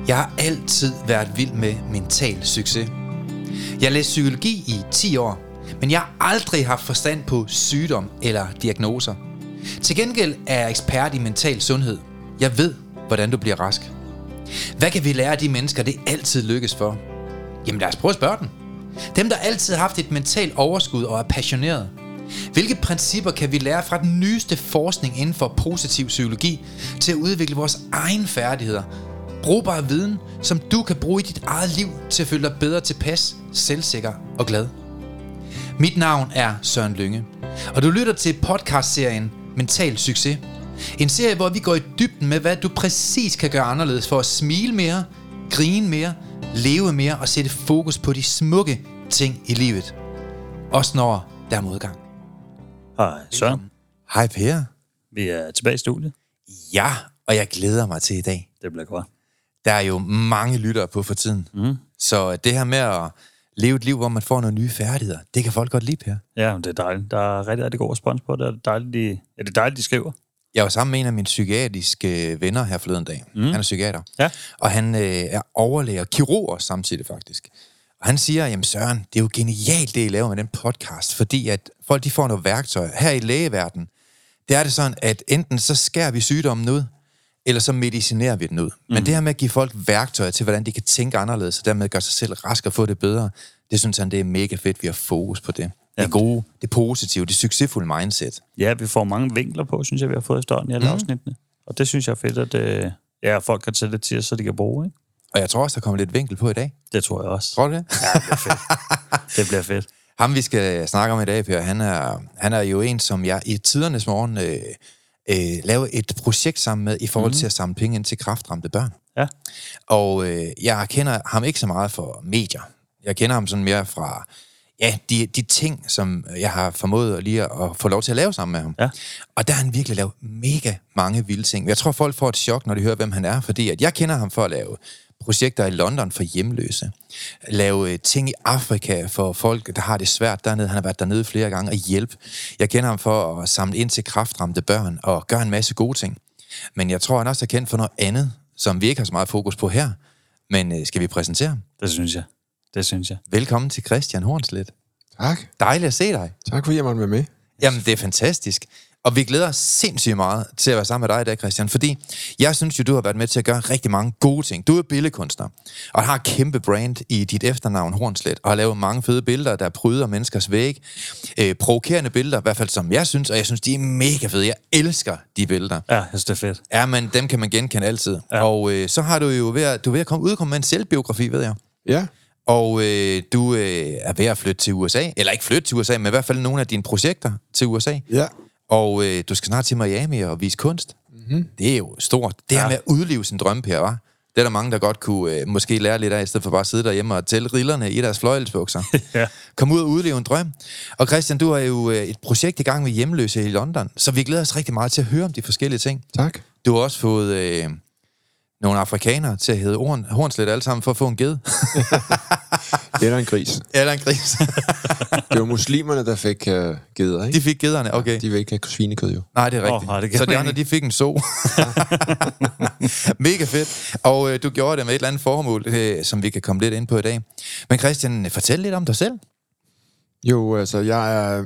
Jeg har altid været vild med mental succes. Jeg læste psykologi i 10 år, men jeg har aldrig haft forstand på sygdom eller diagnoser. Til gengæld er jeg ekspert i mental sundhed. Jeg ved, hvordan du bliver rask. Hvad kan vi lære af de mennesker, det altid lykkes for? Jamen lad os prøve at spørge dem. Dem, der altid har haft et mentalt overskud og er passioneret. Hvilke principper kan vi lære fra den nyeste forskning inden for positiv psykologi til at udvikle vores egne færdigheder? Brugbar viden, som du kan bruge i dit eget liv til at føle dig bedre tilpas, selvsikker og glad. Mit navn er Søren Lynge, og du lytter til podcastserien Mental Succes. En serie, hvor vi går i dybden med, hvad du præcis kan gøre anderledes for at smile mere, grine mere, leve mere og sætte fokus på de smukke ting i livet. Også når der er modgang. Hej Søren. Hej Per. Vi er tilbage i studiet. Ja, og jeg glæder mig til i dag. Det bliver godt. Der er jo mange lyttere på for tiden. Så det her med at leve et liv, hvor man får nogle nye færdigheder, det kan folk godt lide, Per. Ja, det er dejligt. Der er rigtig god respons på det. Det er dejligt, de skriver. Jeg var sammen med en af mine psykiatriske venner her forleden dag. Han er psykiater. Ja. Og han er overlæge og kirurg også samtidig faktisk. Og han siger, jamen Søren, det er jo genialt, det I laver med den podcast, fordi at folk de får noget værktøj. Her i lægeverdenen, der er det sådan, at enten så skærer vi sygdommen ud, eller så medicinerer vi den ud. Men det her med at give folk værktøjer til, hvordan de kan tænke anderledes, og dermed gøre sig selv rask og få det bedre, det synes han, det er mega fedt, vi har fokus på det. Det gode, det positive, det succesfulde mindset. Ja, vi får mange vinkler på, synes jeg, vi har fået i starten i alle afsnittene. Og det synes jeg er fedt, at folk kan tage det til, så de kan bruge, ikke? Og jeg tror også, der kommer lidt vinkel på i dag. Det tror jeg også. Tror du det? Ja, det bliver fedt. Det bliver fedt. Ham, vi skal snakke om i dag, Per, han er jo en, som jeg i tidernes morgen laver et projekt sammen med, i forhold til at samle penge ind til kræftramte børn. Ja. Og jeg kender ham ikke så meget for medier. Jeg kender ham sådan mere fra de ting, som jeg har formået lige at få lov til at lave sammen med ham. Ja. Og der har han virkelig lavet mega mange vilde ting. Jeg tror, folk får et chok, når de hører, hvem han er, fordi at jeg kender ham for at lave projekter i London for hjemløse. Lave ting i Afrika for folk, der har det svært dernede. Han har været dernede flere gange og hjælpe. Jeg kender ham for at samle ind til kræftramte børn og gøre en masse gode ting. Men jeg tror, han også er kendt for noget andet, som vi ikke har så meget fokus på her. Men skal vi præsentere ham? Det synes jeg. Velkommen til Christian Hornslet. Tak. Dejligt at se dig. Tak fordi jeg måtte være med. Jamen, det er fantastisk. Og vi glæder os sindssygt meget til at være sammen med dig i dag, Christian, fordi jeg synes jo, du har været med til at gøre rigtig mange gode ting. Du er billedkunstner, og har et kæmpe brand i dit efternavn, Hornslet, og har lavet mange fede billeder, der pryder menneskers væg. Provokerende billeder, i hvert fald som jeg synes, og jeg synes, de er mega fede. Jeg elsker de billeder. Ja, jeg synes, det er fedt. Ja, men dem kan man genkende altid. Ja. Og så har du jo ved at udkomme med en selvbiografi, ved jeg. Ja. Og du er ved at flytte til USA, eller ikke flytte til USA, men i hvert fald nogle af dine projekter til USA. Ja. Og du skal snart til Miami og vise kunst. Det er jo stort. Det her med at udleve sin drømme, Per, hva'? Det er der mange, der godt kunne måske lære lidt af, i stedet for bare at sidde derhjemme og tælle rillerne i deres fløjelsbukser. Ja. Kom ud og udleve en drøm. Og Christian, du har jo et projekt i gang med hjemløse i London, så vi glæder os rigtig meget til at høre om de forskellige ting. Tak. Du har også fået nogle afrikanere til at hedde Hornslet alle sammen for at få en ged. Eller en gris. Eller en gris. Det var muslimerne, der fik geder, ikke? De fik gederne, okay. Ja, de vil ikke have svinekød, jo. Nej, det er rigtigt. det så de andre, de fik en so. Mega fedt. Og du gjorde det med et eller andet formål, som vi kan komme lidt ind på i dag. Men Christian, fortæl lidt om dig selv. Jo, altså, jeg er...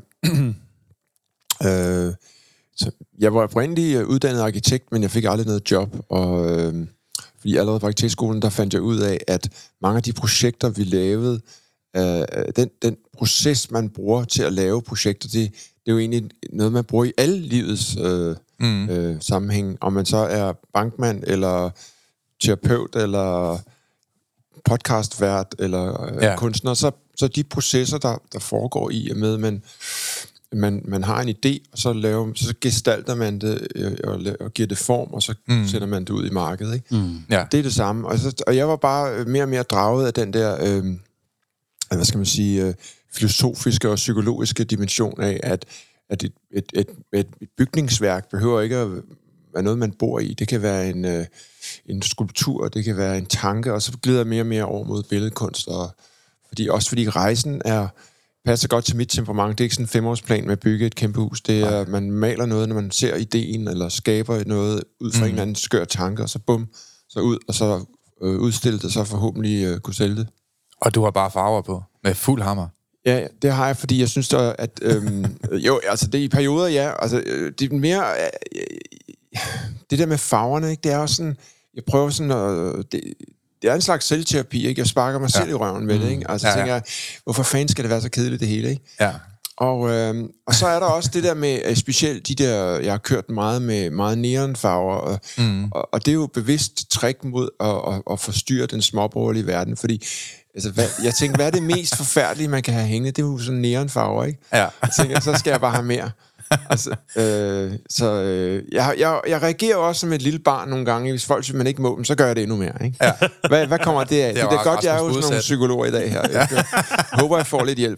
jeg var oprindeligt uddannet arkitekt, men jeg fik aldrig noget job, og... fordi allerede på arkitektskolen, der fandt jeg ud af, at mange af de projekter, vi lavede, den proces, man bruger til at lave projekter, det er jo egentlig noget, man bruger i alle livets sammenhæng. Om man så er bankmand, eller terapeut, eller podcastvært, eller kunstner, så de processer, der foregår i, med man har en idé, og så gestalter man det og giver det form, og så sætter man det ud i markedet, ikke? Ja. Det er det samme. Og jeg var bare mere og mere draget af den der, hvad skal man sige, filosofiske og psykologiske dimension af, at et bygningsværk behøver ikke at være noget, man bor i. Det kan være en skulptur, det kan være en tanke, og så glider jeg mere og mere over mod billedkunst, fordi rejsen passer godt til mit temperament. Det er ikke sådan en 5-årsplan med at bygge et kæmpe hus. Det er, man maler noget, når man ser ideen, eller skaber noget ud fra en eller anden skør tanke, og så bum, så ud, og så udstillet, og så forhåbentlig kunne sælge det. Og du har bare farver på, med fuld hammer. Ja, det har jeg, fordi jeg synes, at jo, altså det er i perioder, ja. Altså, det er mere... det der med farverne, ikke? Det er også sådan... Jeg prøver sådan at... Det er en slags selvterapi, ikke? Jeg sparker mig selv i røven med det, ikke? Altså tænker jeg, hvorfor fanden skal det være så kedeligt det hele, ikke? Ja. Og så er der også det der med, specielt de der, jeg har kørt meget med meget neonfarver, og det er jo bevidst trick mod at forstyrre den småborgerlige verden, fordi altså, jeg tænker, hvad er det mest forfærdelige, man kan have hængende? Det er jo sådan neonfarver, ikke? Ja. Jeg tænker, så skal jeg bare have mere. Altså, jeg reagerer også som et lille barn nogle gange. Hvis folk synes, man ikke må dem, så gør jeg det endnu mere, ikke? Ja. Hvad kommer det af? Det er godt, jeg er jo sådan nogle psykologer i dag her. Jeg håber, jeg får lidt hjælp.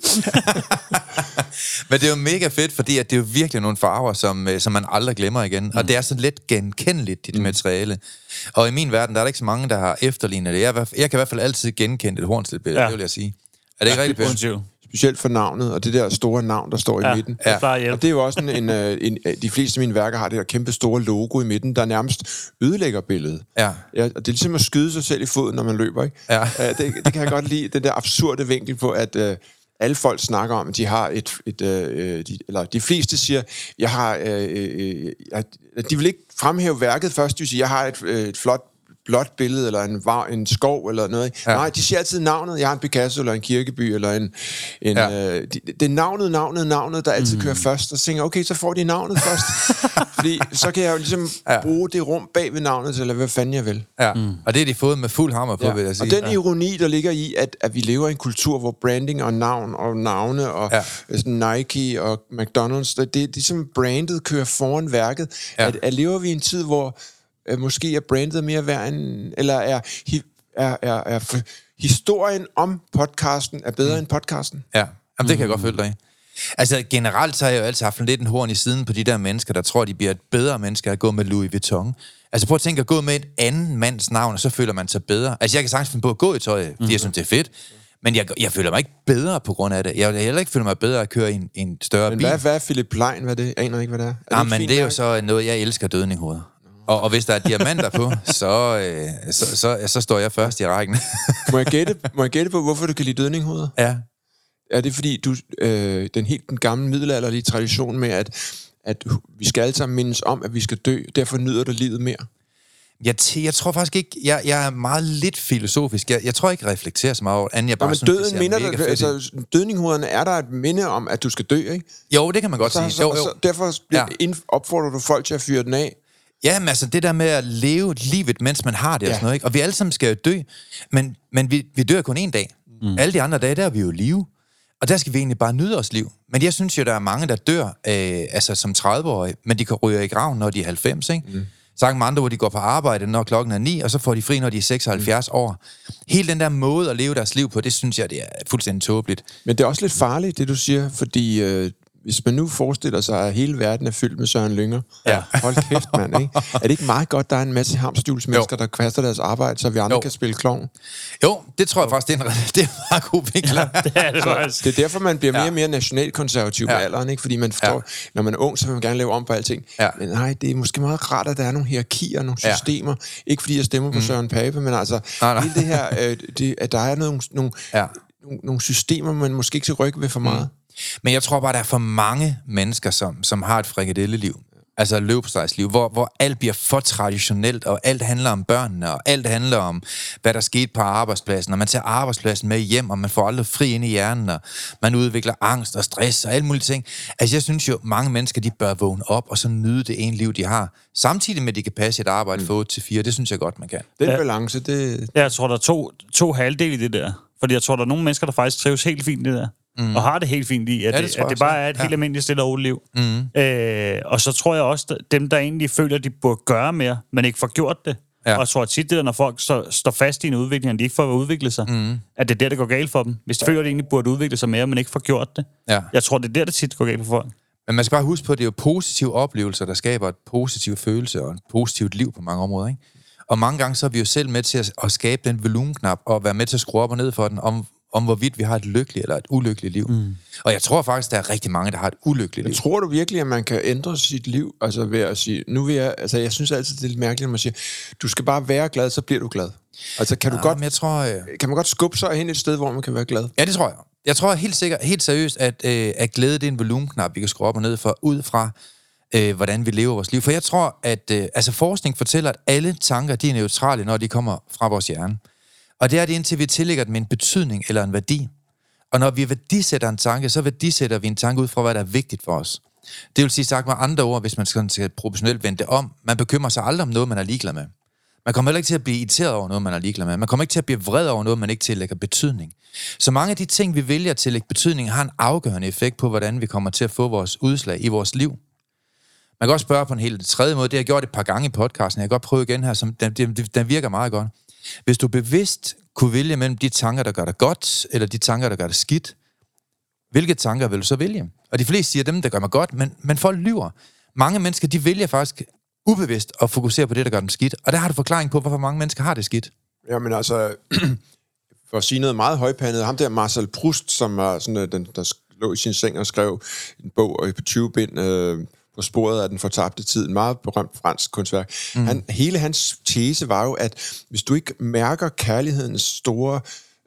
Men det er jo mega fedt, fordi at det er jo virkelig nogle farver, som man aldrig glemmer igen. Og det er sådan lidt genkendeligt, det materiale. Og i min verden, der er der ikke så mange, der har efterlignet det. Jeg kan i hvert fald altid genkende et Hornsleth-billede, det vil jeg sige. Er det ikke rigtigt, Pæn? Specielt for navnet, og det der store navn, der står i midten. Ja. Og det er jo også de fleste af mine værker har det der kæmpe store logo i midten, der nærmest ødelægger billedet. Ja. Og det er ligesom at skyde sig selv i foden, når man løber, ikke? Ja. Det kan jeg godt lide, den der absurde vinkel på, at alle folk snakker om, at de har eller de fleste siger, jeg har, de vil ikke fremhæve værket først, de siger, jeg har et flot blåt billede, eller en skov, eller noget. Ja. Nej, de siger altid navnet. Jeg har en Picasso, eller en Kirkeby, eller det er navnet, der altid kører først, og så tænker okay, så får de navnet først. Fordi så kan jeg jo ligesom bruge det rum bag ved navnet, eller hvad fanden jeg vil. Ja. Og det er de fået med fuld hammer på, vil jeg sige. Og den ironi, der ligger i, at vi lever i en kultur, hvor branding og navn, og navne, og sådan Nike og McDonald's, det som brandet kører foran værket. At lever vi i en tid, hvor måske er brandet mere værd end, eller er historien om podcasten er bedre end podcasten? Ja, jamen, det kan jeg godt følge dig i. Altså generelt så har jeg jo altid haft lidt en horn i siden på de der mennesker, der tror, de bliver et bedre mennesker at gå med Louis Vuitton. Altså prøv at tænke at gå med et anden mands navn, og så føler man sig bedre. Altså jeg kan sagtens finde på at gå i tøj, fordi jeg synes, det er fedt. Men jeg føler mig ikke bedre på grund af det. Jeg vil heller ikke føle mig bedre at køre i en større bil. Men hvad er Philip Plein? Hvad er det? Aner ikke, hvad det er? Men det er jo så noget, jeg elsker dødninghoveder. Og hvis der er diamanter på, så står jeg først i rækken. Må jeg gætte på, hvorfor du kan lide dødninghoveder? Ja. Er det fordi, den gamle middelalderlige tradition med, at vi skal alle sammen mindes om, at vi skal dø, derfor nyder du livet mere? Jeg tror faktisk ikke, jeg er meget lidt filosofisk. Jeg tror ikke, jeg reflekterer så meget over, anden jeg bare synes, døden minder dig, altså dødninghovederne, er der et minde om, at du skal dø, ikke? Jo, det kan man godt sige. Så derfor opfordrer du folk til at fyre den af. Ja, men altså det der med at leve livet, mens man har det og sådan noget, ikke? Og vi alle sammen skal jo dø, men vi dør kun en dag. Alle de andre dage, der er vi jo i live. Og der skal vi egentlig bare nyde os liv. Men jeg synes jo, der er mange, der dør altså som 30-årige, men de kan ryge i graven, når de er 90, ikke? Sagt med andre, hvor de går på arbejde, når klokken er 9, og så får de fri, når de er 76 år. Hele den der måde at leve deres liv på, det synes jeg, det er fuldstændig tåbeligt. Men det er også lidt farligt, det du siger, fordi hvis man nu forestiller sig, at hele verden er fyldt med Søren Lynger, hold kæft, mand, ikke? Er det ikke meget godt, der er en masse hamsterhjulsmennesker, der kaster deres arbejde, så vi andre kan spille klovn? Jo, det tror jeg faktisk, det er en meget god vinkel. Ja, det er det faktisk. Det er derfor, man bliver mere og mere nationalkonservativ med alderen, ikke? Fordi man forstår, når man er ung, så vil man gerne lave om på alting. Ja. Men nej, det er måske meget rart, at der er nogle hierarkier, nogle systemer. Ikke fordi jeg stemmer på Søren Pape, men altså, hele det her, at der er nogle systemer, man måske ikke skal rykke ved for meget. Men jeg tror bare, der er for mange mennesker, som har et frikadelleliv. Altså løbstejsliv, hvor alt bliver for traditionelt, og alt handler om børnene, og alt handler om, hvad der skete på arbejdspladsen, og man tager arbejdspladsen med hjem, og man får aldrig fri ind i hjernen, og man udvikler angst og stress og alle mulige ting. Altså jeg synes jo, mange mennesker, de bør vågne op, og så nyde det ene liv, de har. Samtidig med, at de kan passe et arbejde fra 8 til 4, det synes jeg godt, man kan. Den balance, det... Jeg tror, der er to halvdele i det der. Fordi jeg tror, der er nogle mennesker, der faktisk trives helt fint i det der. Og har det helt fint i, at det bare er et helt almindeligt stille og roligt liv. Og så tror jeg også, at dem, der egentlig føler, at de burde gøre mere, men ikke får gjort det. Og jeg tror tit, det der, når folk står fast i en udvikling, og de ikke får at udvikle sig, at det er der, det går galt for dem. Hvis de føler, at de egentlig burde udvikle sig mere, men ikke får gjort det. Jeg tror, det er der, det tit går galt for folk. Men man skal bare huske på, at det er jo positive oplevelser, der skaber et positiv følelse og et positivt liv på mange områder, ikke? Og mange gange så er vi jo selv med til at skabe den volumenknap og være med til at skrue op og ned for den, om hvorvidt vi har et lykkeligt eller et ulykkeligt liv. Og jeg tror faktisk, der er rigtig mange, der har et ulykkeligt liv. Tror du virkelig, at man kan ændre sit liv, altså ved at sige, jeg synes altid, det er lidt mærkeligt, når man siger, du skal bare være glad, så bliver du glad. Altså kan man godt skubbe sig hen et sted, hvor man kan være glad? Ja, det tror jeg. Jeg tror helt seriøst, at glæde det er en volumenknap, vi kan skrue op og ned for, ud fra, hvordan vi lever vores liv. For jeg tror, at forskning fortæller, at alle tanker, de er neutrale, når de kommer fra vores hjerne. Og det er det, indtil vi tillægger dem en betydning eller en værdi. Og når vi værdisætter en tanke, så værdisætter vi en tanke ud fra, hvad der er vigtigt for os. Det vil sige sagt med andre ord, hvis man skal professionelt vende det om. Man bekymrer sig aldrig om noget, man er ligeglad med. Man kommer heller ikke til at blive irriteret over noget, man er ligeglad med. Man kommer ikke til at blive vred over noget, man ikke tillægger betydning. Så mange af de ting, vi vælger at tillægge betydning, har en afgørende effekt på, hvordan vi kommer til at få vores udslag i vores liv. Man kan også spørge på en helt tredje måde. Det har jeg gjort et par gange i podcasten. Jeg kan godt prøve igen her. Den virker meget godt. Hvis du bevidst kunne vælge mellem de tanker, der gør dig godt, eller de tanker, der gør dig skidt, hvilke tanker vil du så vælge? Og de fleste siger dem, der gør mig godt, men folk lyver. Mange mennesker, de vælger faktisk ubevidst at fokusere på det, der gør dem skidt. Og der har du forklaring på, hvorfor mange mennesker har det skidt. Jamen altså, for at sige noget meget højpandet, ham der Marcel Proust, som var sådan den, der lå i sin seng og skrev en bog på 20 bind, på sporet af den fortabte tid, en meget berømt fransk kunstværk. Hele hans tese var jo, at hvis du ikke mærker kærlighedens store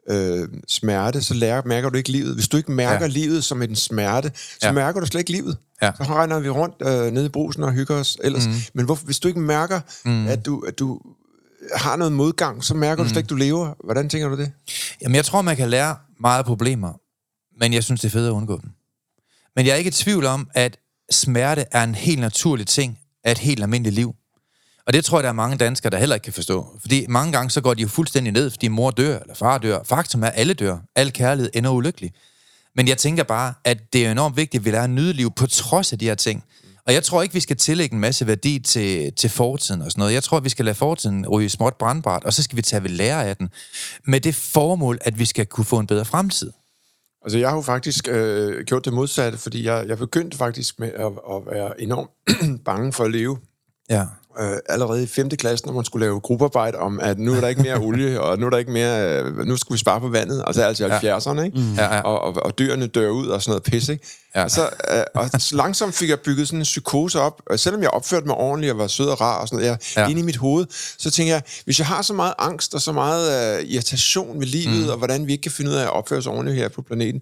smerte, så mærker du ikke livet. Hvis du ikke mærker livet som en smerte, så mærker du slet ikke livet. Ja. Så regner vi rundt nede i brusen og hygger os ellers. Men hvis du ikke mærker, at du har noget modgang, så mærker du slet ikke, du lever. Hvordan tænker du det? Jamen, jeg tror, man kan lære meget af problemer, men jeg synes, det er fedt at undgå dem. Men jeg er ikke i tvivl om, at smerte er en helt naturlig ting af et helt almindeligt liv. Og det tror jeg, der er mange danskere, der heller ikke kan forstå. Fordi mange gange, så går de jo fuldstændig ned, fordi mor dør, eller far dør. Faktum er, at alle dør. Al kærlighed ender ulykkelig. Men jeg tænker bare, at det er enormt vigtigt, at vi lærer at nyde liv på trods af de her ting. Og jeg tror ikke, vi skal tillægge en masse værdi til fortiden og sådan noget. Jeg tror, vi skal lade fortiden ryge småt brandbart, og så skal vi tage ved lære af den. Med det formål, at vi skal kunne få en bedre fremtid. Altså, jeg har jo faktisk gjort det modsatte, fordi jeg begyndte faktisk med at være enormt bange for at leve. Ja. Allerede i 5. klasse, når man skulle lave gruppearbejde om, at nu er der ikke mere olie, og nu er der ikke mere, nu skal vi spare på vandet, og så er det altså 70'erne, ikke? Og dyrene dør ud og sådan noget pis, ikke? Ja. Og så langsomt fik jeg bygget sådan en psykose op, og selvom jeg opførte mig ordentligt og var sød og rar og sådan noget, inde i mit hoved, så tænker jeg, hvis jeg har så meget angst og så meget irritation ved livet, og hvordan vi ikke kan finde ud af at opføre os ordentligt her på planeten,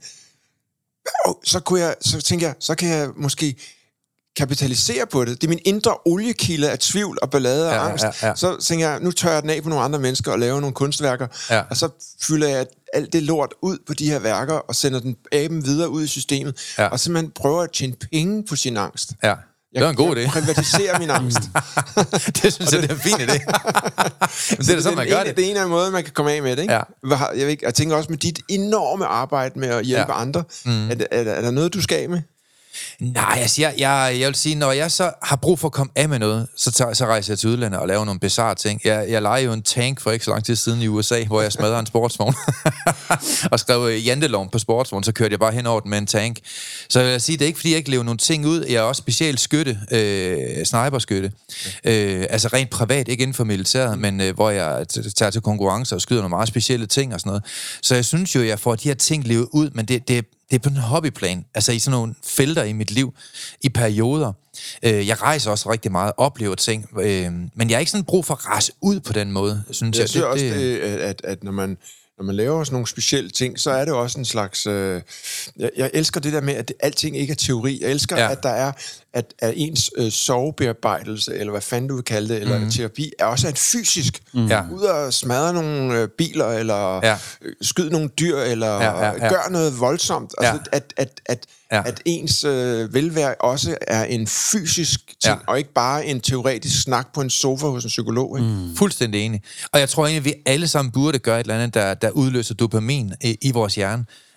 så kan jeg måske kapitalisere på det. Det er min indre oliekilde af tvivl og ballade og angst. Så tænker jeg, nu tør jeg den af på nogle andre mennesker og laver nogle kunstværker, og så fylder jeg alt det lort ud på de her værker og sender den aben videre ud i systemet, og simpelthen prøver at tjene penge på sin angst. Ja. Det er en god idé. Jeg privatiserer min angst. Det synes jeg, det er en fin idé. Men det er sådan, man gør det. Det er en af måder, man kan komme af med det, ikke? Ja. Jeg tænker også med dit enorme arbejde med at hjælpe andre. Er der noget, du skal af med? Nej, altså jeg vil sige, når jeg så har brug for at komme af med noget, så rejser jeg til udlandet og laver nogle bizarre ting. Jeg lejede jo en tank for ikke så lang tid siden i USA, hvor jeg smadrede en sportsvogn og skrev janteloven på sportsvogn, så kørte jeg bare hen over den med en tank. Så jeg vil sige, det er ikke fordi, jeg ikke lever nogle ting ud. Jeg er også specielt skytte, sniperskytte. Altså rent privat, ikke inden for militæret, men hvor jeg tager til konkurrencer og skyder nogle meget specielle ting og sådan noget. Så jeg synes jo, jeg får de her ting levet ud, men det er på en hobbyplan, altså i sådan nogle felter i mit liv, i perioder. Jeg rejser også rigtig meget, oplever ting, men jeg har ikke sådan brug for at rejse ud på den måde, synes jeg. Jeg synes også, at når man laver sådan nogle specielle ting, så er det også en slags... Jeg elsker det der med, at alting ikke er teori. Jeg elsker, at der er... At ens sovebearbejdelse, eller hvad fanden du vil kalde det, eller terapi, er også et fysisk. Ud og smadre nogle biler, eller skyde nogle dyr, eller gør noget voldsomt. Altså, at ens velvære også er en fysisk ting, og ikke bare en teoretisk snak på en sofa hos en psykolog. Ikke? Fuldstændig enig. Og jeg tror egentlig, at vi alle sammen burde gøre et eller andet, der udløser dopamin i vores hjerne.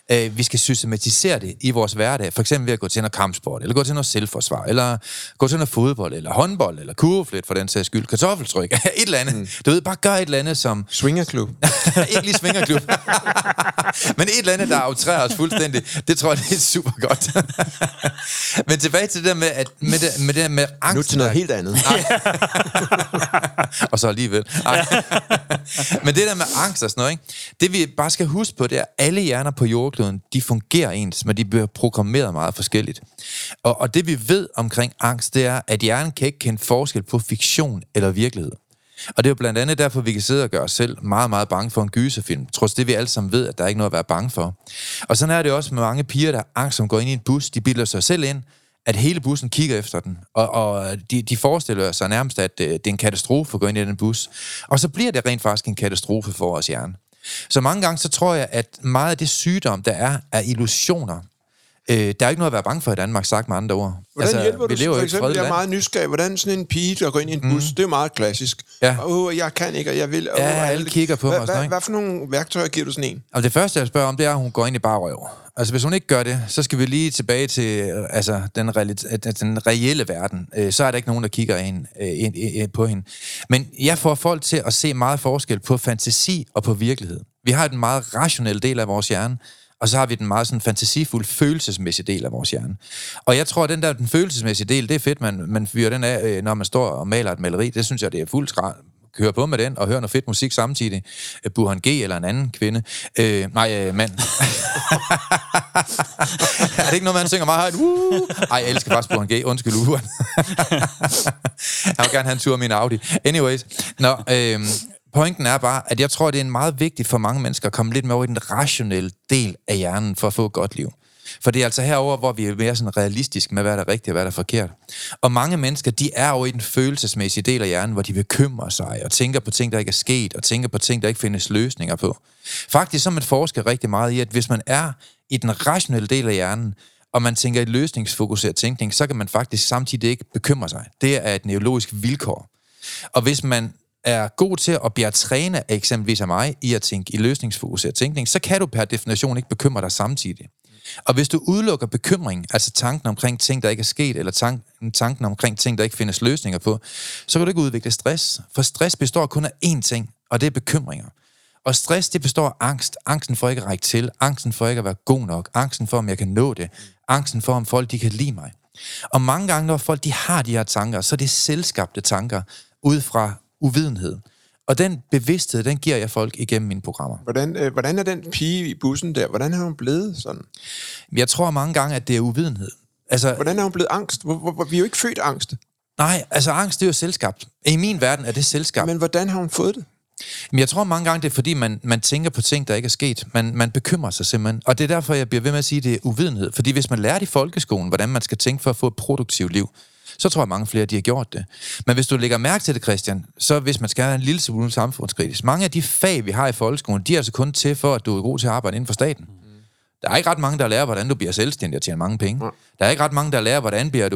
Vi skal systematisere det i vores hverdag, for eksempel ved at gå til noget kampsport, eller gå til noget selvforsvar, eller gå til noget fodbold, eller håndbold, eller kurveflet for den sags skyld, kartoffeltryk, et eller andet. Du ved, bare gør et eller andet som... Swingerklub. Ikke lige swingerklub. Men et eller andet, der outrærer os fuldstændig. Det tror jeg, det er super godt. Men tilbage til det der med, at med det med angst... Nu til noget helt andet. Og så alligevel. Men det der med angst og sådan noget, ikke? Det vi bare skal huske på, det er, at alle hjerner på jordkloden, de fungerer ens, men de bliver programmeret meget forskelligt. Og det vi ved omkring angst, det er, at hjernen kan ikke kende forskel på fiktion eller virkelighed. Og det er jo blandt andet derfor, vi kan sidde og gøre os selv meget, meget bange for en gyserfilm. Trods det, vi alle sammen ved, at der er ikke noget at være bange for. Og sådan er det også med mange piger, der har angst, som går ind i en bus. De bilder sig selv ind, at hele bussen kigger efter den. Og de forestiller sig nærmest, at det er en katastrofe at gå ind i den bus. Og så bliver det rent faktisk en katastrofe for vores hjerne. Så mange gange, så tror jeg, at meget af det sygdom, der er illusioner. Der er ikke noget at være bange for i Danmark, sagt med andre ord. Hvordan hjælper du for eksempel? Jeg er meget nysgerrig. Hvordan sådan en pige, der går ind i en bus, det er jo meget klassisk. Ja. Jeg kan ikke, og jeg vil... Alle kigger på mig. Hvad for nogle værktøjer giver du sådan en? Og det første, jeg spørger om, det er, at hun går ind i bare røv. Altså, hvis hun ikke gør det, så skal vi lige tilbage til den reelle verden. Så er der ikke nogen, der kigger ind på hende. Men jeg får folk til at se meget forskel på fantasi og på virkelighed. Vi har en meget rationel del af vores hjerne, og så har vi den meget sådan fantasifuld, følelsesmæssige del af vores hjerne. Og jeg tror, at den følelsesmæssige del, det er fedt, man fyrer den af, når man står og maler et maleri. Det synes jeg, det er fuldt skræt. Høre på med den, og høre noget fedt musik samtidig. Burhan G. eller en anden kvinde. Mand. Er det ikke noget, man synger meget højt? Ej, jeg elsker faktisk Burhan G. Undskyld, Burhan. Jeg vil gerne have en tur med min Audi. Anyways. Pointen er bare, at jeg tror, det er meget vigtigt for mange mennesker at komme lidt mere over i den rationelle del af hjernen for at få et godt liv. For det er altså herover, hvor vi er mere sådan realistiske med, hvad der er rigtigt og hvad der er forkert. Og mange mennesker, de er over i den følelsesmæssige del af hjernen, hvor de bekymrer sig og tænker på ting, der ikke er sket, og tænker på ting, der ikke findes løsninger på. Faktisk så man forsker rigtig meget i, at hvis man er i den rationelle del af hjernen, og man tænker i løsningsfokuseret tænkning, så kan man faktisk samtidig ikke bekymre sig. Det er et neurologisk vilkår. Og hvis man er god til at blive trænet af eksempelvis af mig i at tænke i løsningsfokuseret tænkning, så kan du per definition ikke bekymre dig samtidig. Og hvis du udelukker bekymring, altså tanken omkring ting, der ikke er sket, eller tanken omkring ting, der ikke findes løsninger på, så kan du ikke udvikle stress. For stress består kun af én ting, og det er bekymringer. Og stress, det består af angst. Angsten for ikke at række til, angsten for ikke at være god nok, angsten for, om jeg kan nå det, angsten for, om folk de kan lide mig. Og mange gange, når folk de har de her tanker, så er det selvskabte tanker ud fra uvidenhed. Og den bevidsthed, den giver jeg folk igennem mine programmer. Hvordan er den pige i bussen der? Hvordan er hun blevet sådan? Jeg tror mange gange, at det er uvidenhed. Altså, hvordan er hun blevet angst? Vi er jo ikke født angst. Nej, altså angst, det er jo selvskabt. I min verden er det selvskabt. Men hvordan har hun fået det? Men jeg tror mange gange, det er fordi, man tænker på ting, der ikke er sket. Man bekymrer sig simpelthen. Og det er derfor, jeg bliver ved med at sige, at det er uvidenhed. Fordi hvis man lærer i folkeskolen, hvordan man skal tænke for at få et produktivt liv, så tror jeg, mange flere, de har gjort det. Men hvis du lægger mærke til det, Christian, så hvis man skal have en lille smule samfundskritisk, mange af de fag, vi har i folkeskolen, de er altså kun til for, at du er god til at arbejde inden for staten. Der er ikke ret mange, der lærer, hvordan du bliver selvstændig og tjener mange penge. Der er ikke ret mange, der lærer, hvordan bliver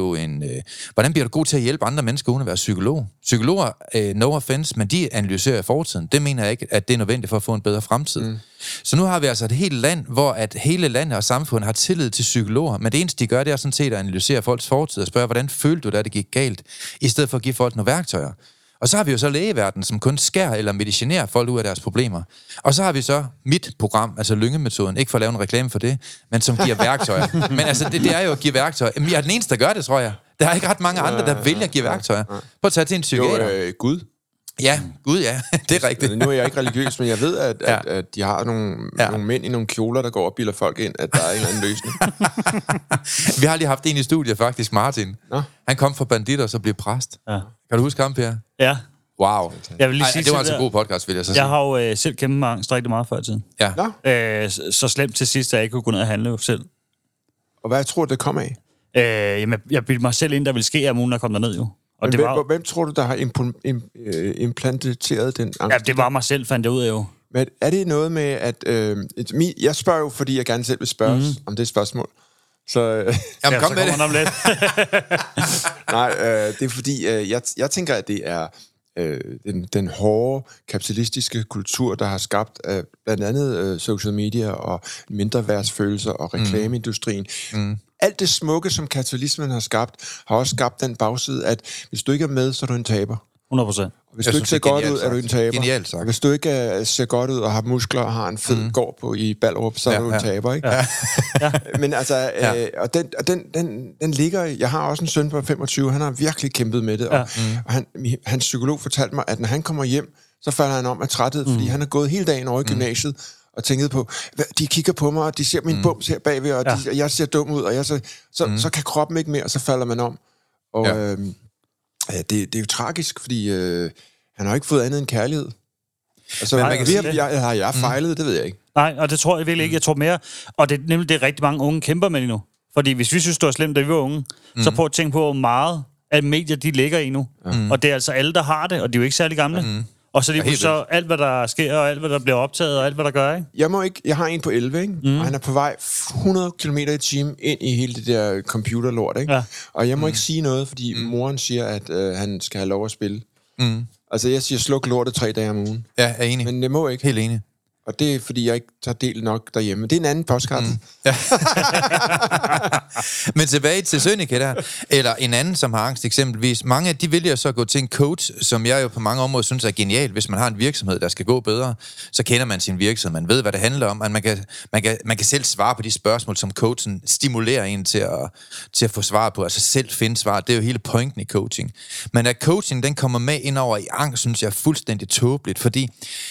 du god til at hjælpe andre mennesker uden at være psykolog. Psykologer, no offense, men de analyserer fortiden. Det mener jeg ikke, at det er nødvendigt for at få en bedre fremtid. Så nu har vi altså et helt land, hvor at hele landet og samfundet har tillid til psykologer, men det eneste, de gør, det er sådan set at analysere folks fortid og spørge, hvordan følte du, da det gik galt, i stedet for at give folk nogle værktøjer. Og så har vi jo så lægeverdenen, som kun skærer eller medicinerer folk ud af deres problemer. Og så har vi så mit program, altså Lynge-metoden, ikke for at lave en reklame for det, men som giver værktøjer. Men altså, det er jo at give værktøjer. Jamen, jeg er den eneste, der gør det, tror jeg. Der er ikke ret mange andre, der vælger at give værktøjer. Prøv at tage til en psykiater. Gud. Ja, Gud, ja. Det er rigtigt. Nu er jeg ikke religiøs, men jeg ved, at de har nogle mænd i nogle kjoler, der går og bilder folk ind, at der er en eller anden løsning. Vi har lige haft en i studiet, faktisk, Martin. Nå? Han kom fra Banditter, og så blev præst. Ja. Kan du huske ham, Per? Ja. Wow. Jeg vil lige sige, det var altså en god podcast, vil jeg så sige. Jeg har jo selv kæmpet med angst rigtig meget før i tiden. Ja. Så slemt til sidst, at jeg ikke kunne gå ned og handle selv. Og hvad tror du, det kom af? Jamen, jeg bildte mig selv ind, der ville ske af ugen, der kom derned jo. Og men hvem tror du, der har implanteret den angst? Ja, det var mig selv, fandt jeg ud af jo. Men er det noget med, at... jeg spørger jo, fordi jeg gerne selv vil spørge om det spørgsmål. Så, jamen, kom med det. Nej, det er fordi, jeg tænker, at det er den hårde kapitalistiske kultur, der har skabt blandt andet social media og mindreværdsfølelser og reklameindustrien. Alt det smukke, som kapitalismen har skabt, har også skabt den bagside, at hvis du ikke er med, så er du en taber. 100%. Hvis du ikke ser godt ud, er du en taber. Genialt sagt. Hvis du ikke ser godt ud og har muskler og har en fed gård på i Ballerup, så er du en taber, ikke? Ja. Men altså, og den ligger... Jeg har også en søn på 25, han har virkelig kæmpet med det, og hans psykolog fortalte mig, at når han kommer hjem, så falder han om af træthed, fordi han har gået hele dagen over i gymnasiet, og tænket på, de kigger på mig, og de ser min bums her bagved, og jeg ser dum ud, og så kan kroppen ikke mere, og så falder man om. Og det er jo tragisk, fordi han har ikke fået andet end kærlighed. Altså, har jeg fejlet? Det ved jeg ikke. Nej, og det tror jeg virkelig ikke. Jeg tror mere, og det er nemlig det rigtig mange unge kæmper med lige nu. Fordi hvis vi synes, det var slemt, da vi var unge, så prøv at tænke på, hvor meget af medier, de ligger i nu. Og det er altså alle, der har det, og de er jo ikke særlig gamle. Og så lige så alt, hvad der sker, og alt, hvad der bliver optaget, og alt, hvad der gør, ikke? Jeg har en på 11, ikke? Og han er på vej 100 km i timen ind i hele det der computerlort, ikke? Ja. Og jeg må ikke sige noget, fordi moren siger, at han skal have lov at spille. Altså, jeg siger, sluk lortet 3 dage om ugen. Ja, er enig. Men det må ikke. Helt enig. Og det er, fordi jeg ikke tager del nok derhjemme. Det er en anden podcast. Ja. Men tilbage til Sønneke der, eller en anden, som har angst eksempelvis. Mange af de vælger så at gå til en coach, som jeg jo på mange områder synes er genial. Hvis man har en virksomhed, der skal gå bedre, så kender man sin virksomhed. Man ved, hvad det handler om. Man kan selv svare på de spørgsmål, som coachen stimulerer en til at få svar på. Altså selv finde svar. Det er jo hele pointen i coaching. Men at coaching, den kommer med ind over i angst, synes jeg er fuldstændig tåbeligt. Fordi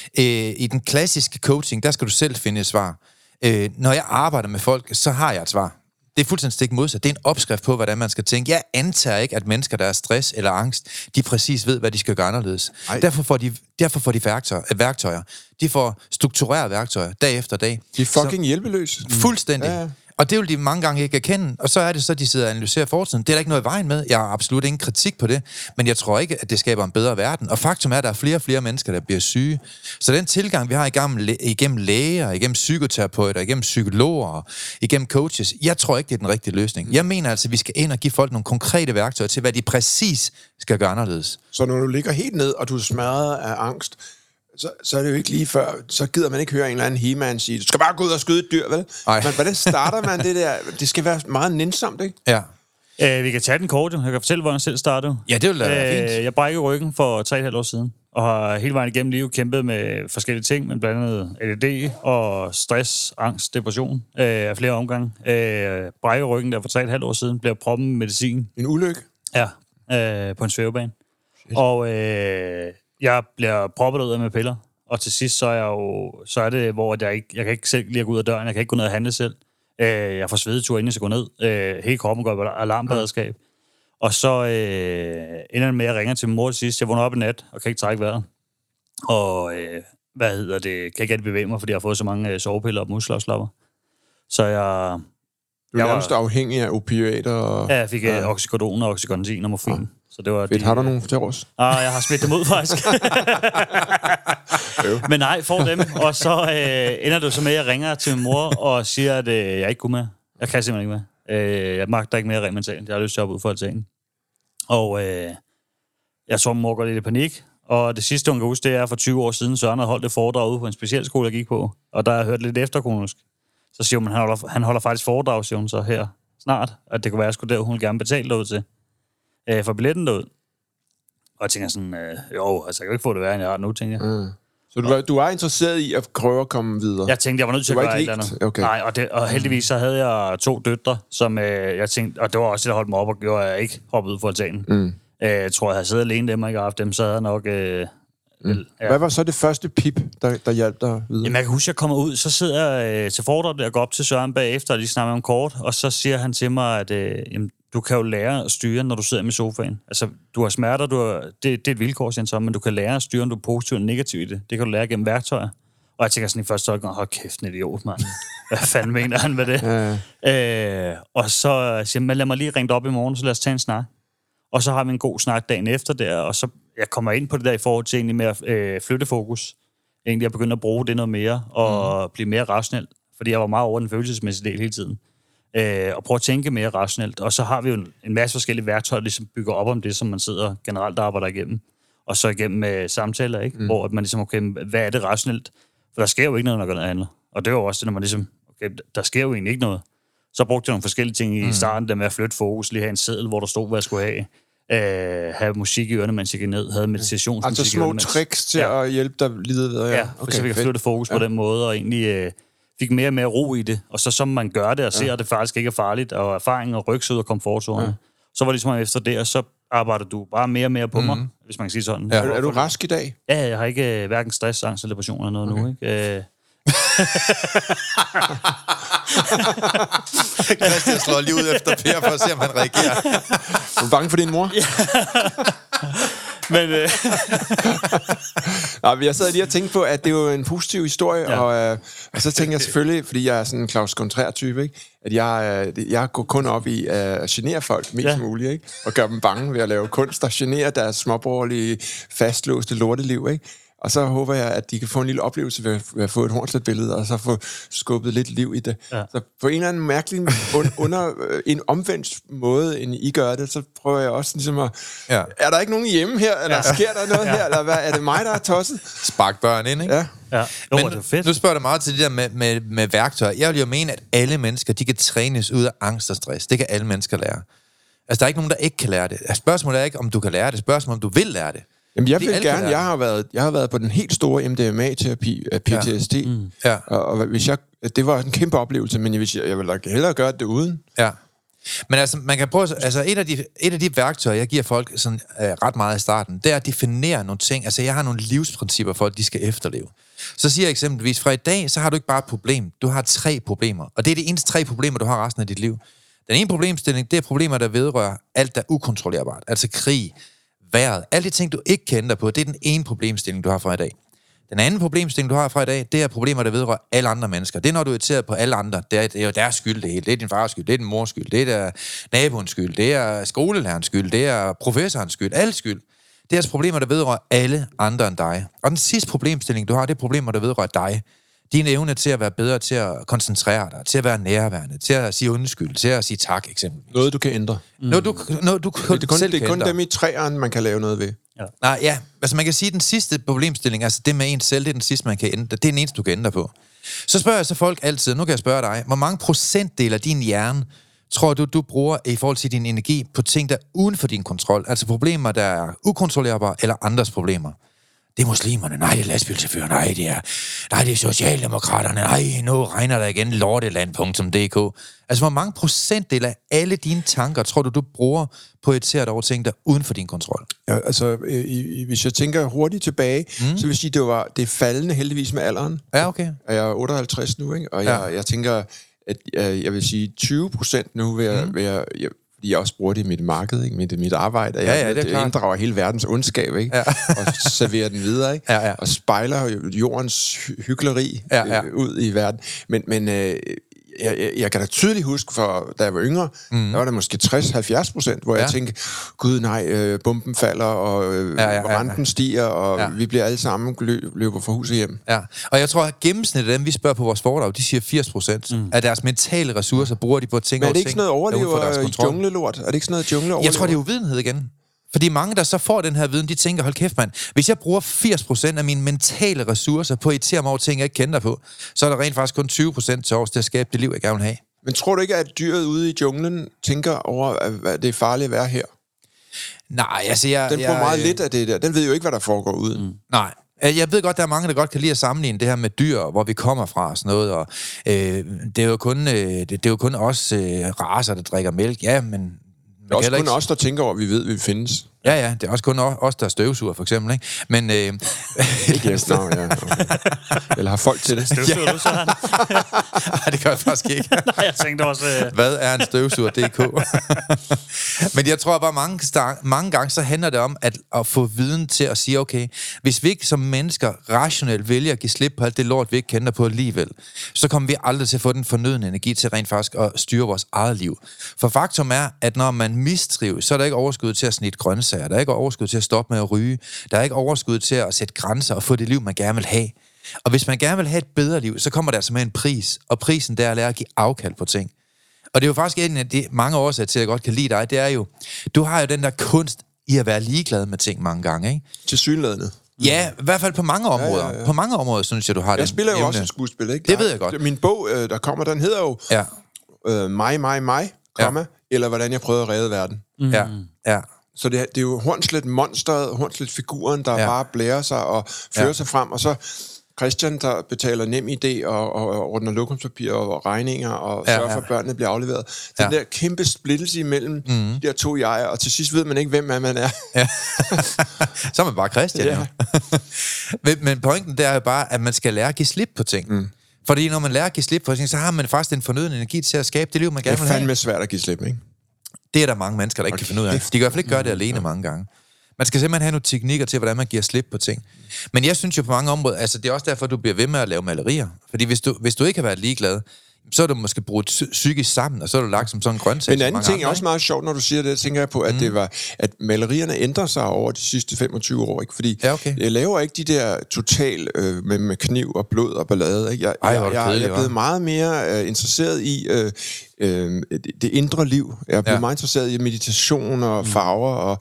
i den klassiske coaching, der skal du selv finde et svar. Når jeg arbejder med folk, så har jeg et svar. Det er fuldstændig stik modsat. Det er en opskrift på, hvordan man skal tænke. Jeg antager ikke, at mennesker, der er stress eller angst, de præcis ved, hvad de skal gøre anderledes. Derfor får de værktøjer. De får strukturerede værktøjer, dag efter dag. De er fucking hjælpeløse. Fuldstændig. Ja. Og det vil de mange gange ikke erkende, og så er det så, de sidder og analyserer fortiden. Det er der ikke noget i vejen med. Jeg har absolut ingen kritik på det, men jeg tror ikke, at det skaber en bedre verden. Og faktum er, at der er flere og flere mennesker, der bliver syge. Så den tilgang, vi har igennem læger, igennem psykoterapeuter, igennem psykologer, igennem coaches, jeg tror ikke, det er den rigtige løsning. Jeg mener altså, at vi skal ind og give folk nogle konkrete værktøjer til, hvad de præcis skal gøre anderledes. Så når du ligger helt ned, og du er smadret af angst, så er det jo ikke lige før, så gider man ikke høre en eller anden He-Man sige, du skal bare gå ud og skyde et dyr, vel? Men hvordan starter man det der? Det skal være meget nænsomt, ikke? Ja. Vi kan tage den kort, jeg kan fortælle, hvordan jeg selv startede. Ja, det vil da være fint. Jeg brækkede ryggen for 3,5 år siden, og har hele vejen igennem livet kæmpet med forskellige ting, men blandt andet ADD og stress, angst, depression af flere omgange. Brækkede ryggen der for 3,5 år siden, blev proppet med medicin. En ulykke? Ja, på en svævebane. Shit. Og jeg bliver proppet ud af med piller, og til sidst så er det, hvor jeg kan ikke selv lige gå ud af døren, jeg kan ikke gå ned og handle selv. Jeg får svedetur, inden jeg skal gå ned. Hele kroppen går på alarmberedskab. Og så ender det med, at jeg ringer til min mor til sidst. Jeg vågner op i nat, og kan ikke trække vejret. Og kan ikke rigtig bevæge mig, fordi jeg har fået så mange sovepiller og muskelafslapper. Så Du er nærmest afhængig af opioider og... Ja, jeg fik oxycodon og oxycontin og morfin. Så det var fedt. Har du nogen til os? Jeg har smidt dem ud, faktisk. Men nej, får dem. Og så ender det så med, at jeg ringer til min mor og siger, at jeg ikke kunne med. Jeg kan simpelthen ikke med. Jeg magter ikke mere rent mentalt. Jeg har lyst til at hoppe ud for altanen. Og jeg tror, min mor går lidt i panik. Og det sidste, hun kan huske, det er for 20 år siden, Søren havde holdt et foredrag ude på en specialskole, jeg gik på. Og der har jeg hørt lidt efterkronologisk. Så siger hun, han holder faktisk foredrag, siger hun så her snart. At det kunne være, at jeg skulle der, hun gerne betale derud til. For billetten derud. Og jeg tænker sådan, jeg kan jo ikke få det værre, end jeg har nu, tænker jeg. Så du var interesseret i at prøve at komme videre? Jeg tænkte, jeg var nødt til at gøre et eller andet. Okay. Nej, og heldigvis så havde jeg 2 døtre, som jeg tænkte, og det var også det, der holdt mig op og gjorde, at jeg ikke hoppede ud for altanen. Jeg tror, jeg havde siddet alene dem, og ikke haft dem, så havde jeg nok... Hvad var så det første pip, der hjalp dig videre? Jamen, jeg kan huske, at jeg kommer ud, så sidder jeg til foredrag der, og går op til Søren bagefter, og lige snakker med ham kort, og så siger han til mig, at du kan jo lære at styre, når du sidder med sofaen. Altså, du har smerter, det er et vilkår, siger han så, men du kan lære at styre, om du er positiv eller negativ i det. Det kan du lære gennem værktøjer. Og jeg tænker sådan i første øjeblik, hold kæft, en idiot, mand. Hvad fanden mener han med det? Og så siger han, lad mig lige ringe op i morgen, så lad os tage en snak. Og så har vi en god snak dagen efter der, og så jeg kommer ind på det der i forhold til egentlig med at flytte fokus. Egentlig at begynde at bruge det noget mere, og blive mere rationel. Fordi jeg var meget over den følelsesmæssige del hele tiden. Og prøve at tænke mere rationelt. Og så har vi jo en masse forskellige værktøjer, der ligesom bygger op om det, som man sidder generelt arbejder igennem. og så igennem samtaler, ikke? Hvor man ligesom, okay, hvad er det rationelt? For der sker jo ikke noget, når der gør noget andet. Og det var også det, når man ligesom, okay, der sker jo egentlig ikke noget. Så brugte jeg nogle forskellige ting i starten, der med at flytte fokus, lige have en seddel, hvor der stod, hvad jeg skulle have musik i ørerne, mens jeg gik ned, havde meditationsmusik altså små tricks til at hjælpe dig lige videre. Ja, okay, så vi kan flytte fokus på den måde, og egentlig fik mere og mere ro i det. Og så som man gør det, og ser, at det faktisk ikke er farligt, og erfaring og rykke sig ud af komfortzonen. Så var det ligesom efter det, og så arbejder du bare mere og mere på mig, hvis man kan sige sådan. Ja. Er du rask i dag? Ja, jeg har ikke hverken stress, angst eller depression eller noget nu, ikke? Christian slår lige ud efter Per for at se, om han reagerer. Er du bange for din mor? Men jeg sad lige og tænkte på, at det er jo en positiv historie, og så tænker jeg selvfølgelig, fordi jeg er sådan en Claus Kontrær-type, ikke? At jeg går kun op i at genere folk mest muligt, ikke? Og gøre dem bange ved at lave kunst, og genere deres småborgerlige, fastlåste lorteliv, ikke? Og så håber jeg, at de kan få en lille oplevelse ved at få et Hornslet-billede, og så få skubbet lidt liv i det. Ja. Så på en eller anden mærkelig, en omvendt måde, end I gør det, så prøver jeg også ligesom at... Ja. Er der ikke nogen hjemme her? Eller sker der noget her? Eller hvad? Er det mig, der er tosset? Spark børn ind, ikke? Ja. Men nu spørger jeg meget til det der med værktøjer. Jeg vil jo mene, at alle mennesker, de kan trænes ud af angst og stress. Det kan alle mennesker lære. Altså, der er ikke nogen, der ikke kan lære det. Spørgsmålet er ikke, om du kan lære det. Spørgsmålet om du vil lære det. Jamen, jeg vil gerne. Jeg har været på den helt store MDMA-terapi af PTSD. Ja. Og hvis det var en kæmpe oplevelse, men jeg vil da hellere gøre det uden. Ja. Men altså, man kan prøve... Altså, et af de værktøjer, jeg giver folk sådan, ret meget i starten, det er at definere nogle ting. Altså, jeg har nogle livsprincipper for, at de skal efterleve. Så siger jeg eksempelvis, fra i dag, så har du ikke bare et problem. Du har 3 problemer. Og det er de eneste 3 problemer, du har resten af dit liv. Den ene problemstilling, det er problemer, der vedrører alt, der er ukontrollerbart. Altså krig, vejret, alle de ting, du ikke kan ændre på, det er den ene problemstilling, du har fra i dag. Den anden problemstilling, du har fra i dag, det er problemer, der vedrører alle andre mennesker. Det er, når du er irriteret på alle andre. Det er jo deres skyld, det hele. Det er din fars skyld, det er din mors skyld, det er naboens skyld, det er skolelærerens skyld, det er professorens skyld, alles skyld. Det er altså problemer, der vedrører alle andre end dig. Og den sidste problemstilling, du har, det er problemer, der vedrører dig. Din evne til at være bedre til at koncentrere dig, til at være nærværende, til at sige undskyld, til at sige tak, eksempelvis. Noget, du kan ændre. Noget, du selv det er kun dem i træerne, man kan lave noget ved. Ja. Nej, ja. Altså, man kan sige, at den sidste problemstilling, altså det med ens selv, det er den sidste, man kan ændre. Det er den eneste, du kan ændre på. Så spørger jeg så folk altid, nu kan jeg spørge dig, hvor mange procentdel af din hjerne tror du bruger i forhold til din energi på ting, der er uden for din kontrol? Altså problemer, der er ukontrollerbare, eller andres problemer? Det er muslimerne, nej, det er lastbilchauffører, nej, det er socialdemokraterne, nej, nu regner der igen lorteland.dk. Altså, hvor mange procentdel af alle dine tanker, tror du bruger på at irritere dig over ting, der er uden for din kontrol? Ja, altså, hvis jeg tænker hurtigt tilbage, så vil jeg sige, det er faldende heldigvis med alderen. Ja, okay. Og jeg er 58 nu, ikke? Og jeg tænker, at jeg vil sige 20% nu vil jeg fordi jeg også bruger det i mit marked, ikke? Mit arbejde. Jeg inddrager hele verdens ondskab, ikke? Ja. Og serverer den videre, ikke? Ja. Og spejler jordens hykleri ud i verden. Men jeg kan da tydeligt huske, for da jeg var yngre, der var der måske 60-70%, hvor jeg tænkte, gud nej, bomben falder, og renten stiger, og vi bliver alle sammen løber fra huset hjem. Ja. Og jeg tror, at gennemsnittet af dem, vi spørger på vores foredrag, de siger 80% af deres mentale ressourcer, bruger de på at tænke over ting. Men er det ikke sådan noget overlever i junglelort? Er det ikke sådan noget jungleoverlever? Jeg tror, det er uvidenhed igen. Fordi mange, der så får den her viden, de tænker, hold kæft, mand, hvis jeg bruger 80% af mine mentale ressourcer på at irritere mig over ting, jeg ikke kender på, så er der rent faktisk kun 20% til års til at skabe det liv, jeg gerne vil have. Men tror du ikke, at dyret ude i junglen tænker over, at det er farligt at være her? Nej, altså den får meget lidt af det der. Den ved jo ikke, hvad der foregår uden. Nej. Jeg ved godt, der er mange, der godt kan lide at sammenligne det her med dyr, hvor vi kommer fra og sådan noget, og det er jo kun os racer, der drikker mælk, ja, men... Det er også kun os, der tænker over, at vi ved, at vi findes. Ja, det er også kun os, der er støvsuger, for eksempel, ikke? Men... Ikke yes, no, ja. Okay. Eller har folk til det. Støvsuger du så? Nej, det gør jeg faktisk ikke. Nej, jeg tænkte også... Hvad er en støvsuger.dk? Men jeg tror bare, mange gange, så handler det om at få viden til at sige, okay, hvis vi ikke som mennesker rationelt vælger at give slip på alt det lort, vi ikke kender på alligevel, så kommer vi aldrig til at få den fornødne energi til rent faktisk at styre vores eget liv. For faktum er, at når man mistrives, så er der ikke overskud til at snitte grøntsager, der er ikke overskud til at stoppe med at ryge, der er ikke overskud til at sætte grænser og få det liv, man gerne vil have. Og hvis man gerne vil have et bedre liv, så kommer der altså med en pris, og prisen der er at lære at give afkald på ting. Og det er jo faktisk en af de mange årsager til, at jeg godt kan lide dig, det er jo, du har jo den der kunst i at være ligeglad med ting mange gange, ikke? Tilsyneladende. Ja, i hvert fald på mange områder. Ja. På mange områder, synes jeg, du har det. Jeg spiller jo også et skuespil, ikke? Det ved jeg godt. Min bog, der kommer, den hedder jo mig, komma, eller hvordan jeg prøvede at redde verden. Ja. Så det er jo Hornslet-monsteret, Hornslet-figuren, der bare blærer sig og fører sig frem, og så Christian, der betaler NemID og ordner lokumspapir og regninger og sørger for, at børnene bliver afleveret. Den der kæmpe splittelse imellem de der to jeger, og til sidst ved man ikke, hvem man er. Ja. Så er man bare Christian, ja. Men pointen der er jo bare, at man skal lære at give slip på ting. Fordi når man lærer at give slip på ting, så har man faktisk en fornøden energi til at skabe det liv, man gerne vil have. Det er fandme svært at give slip, ikke? Det er der mange mennesker, der ikke kan finde ud af. De kan i hvert fald ikke gøre det alene mange gange. Man skal simpelthen have nogle teknikker til, hvordan man giver slip på ting. Men jeg synes jo på mange områder, altså det er også derfor, du bliver ved med at lave malerier. Fordi hvis du ikke har været ligeglad, så er du måske brugt psykisk sammen, og så er du lagt som sådan en grøntsag. En anden ting er også meget sjovt, når du siger det, tænker jeg på, at det var, at malerierne ændrer sig over de sidste 25 år, ikke? Fordi jeg laver ikke de der total med kniv og blod og ballade, ikke? Jeg er blevet meget mere interesseret i det indre liv. Jeg er blevet meget interesseret i meditation og farver, og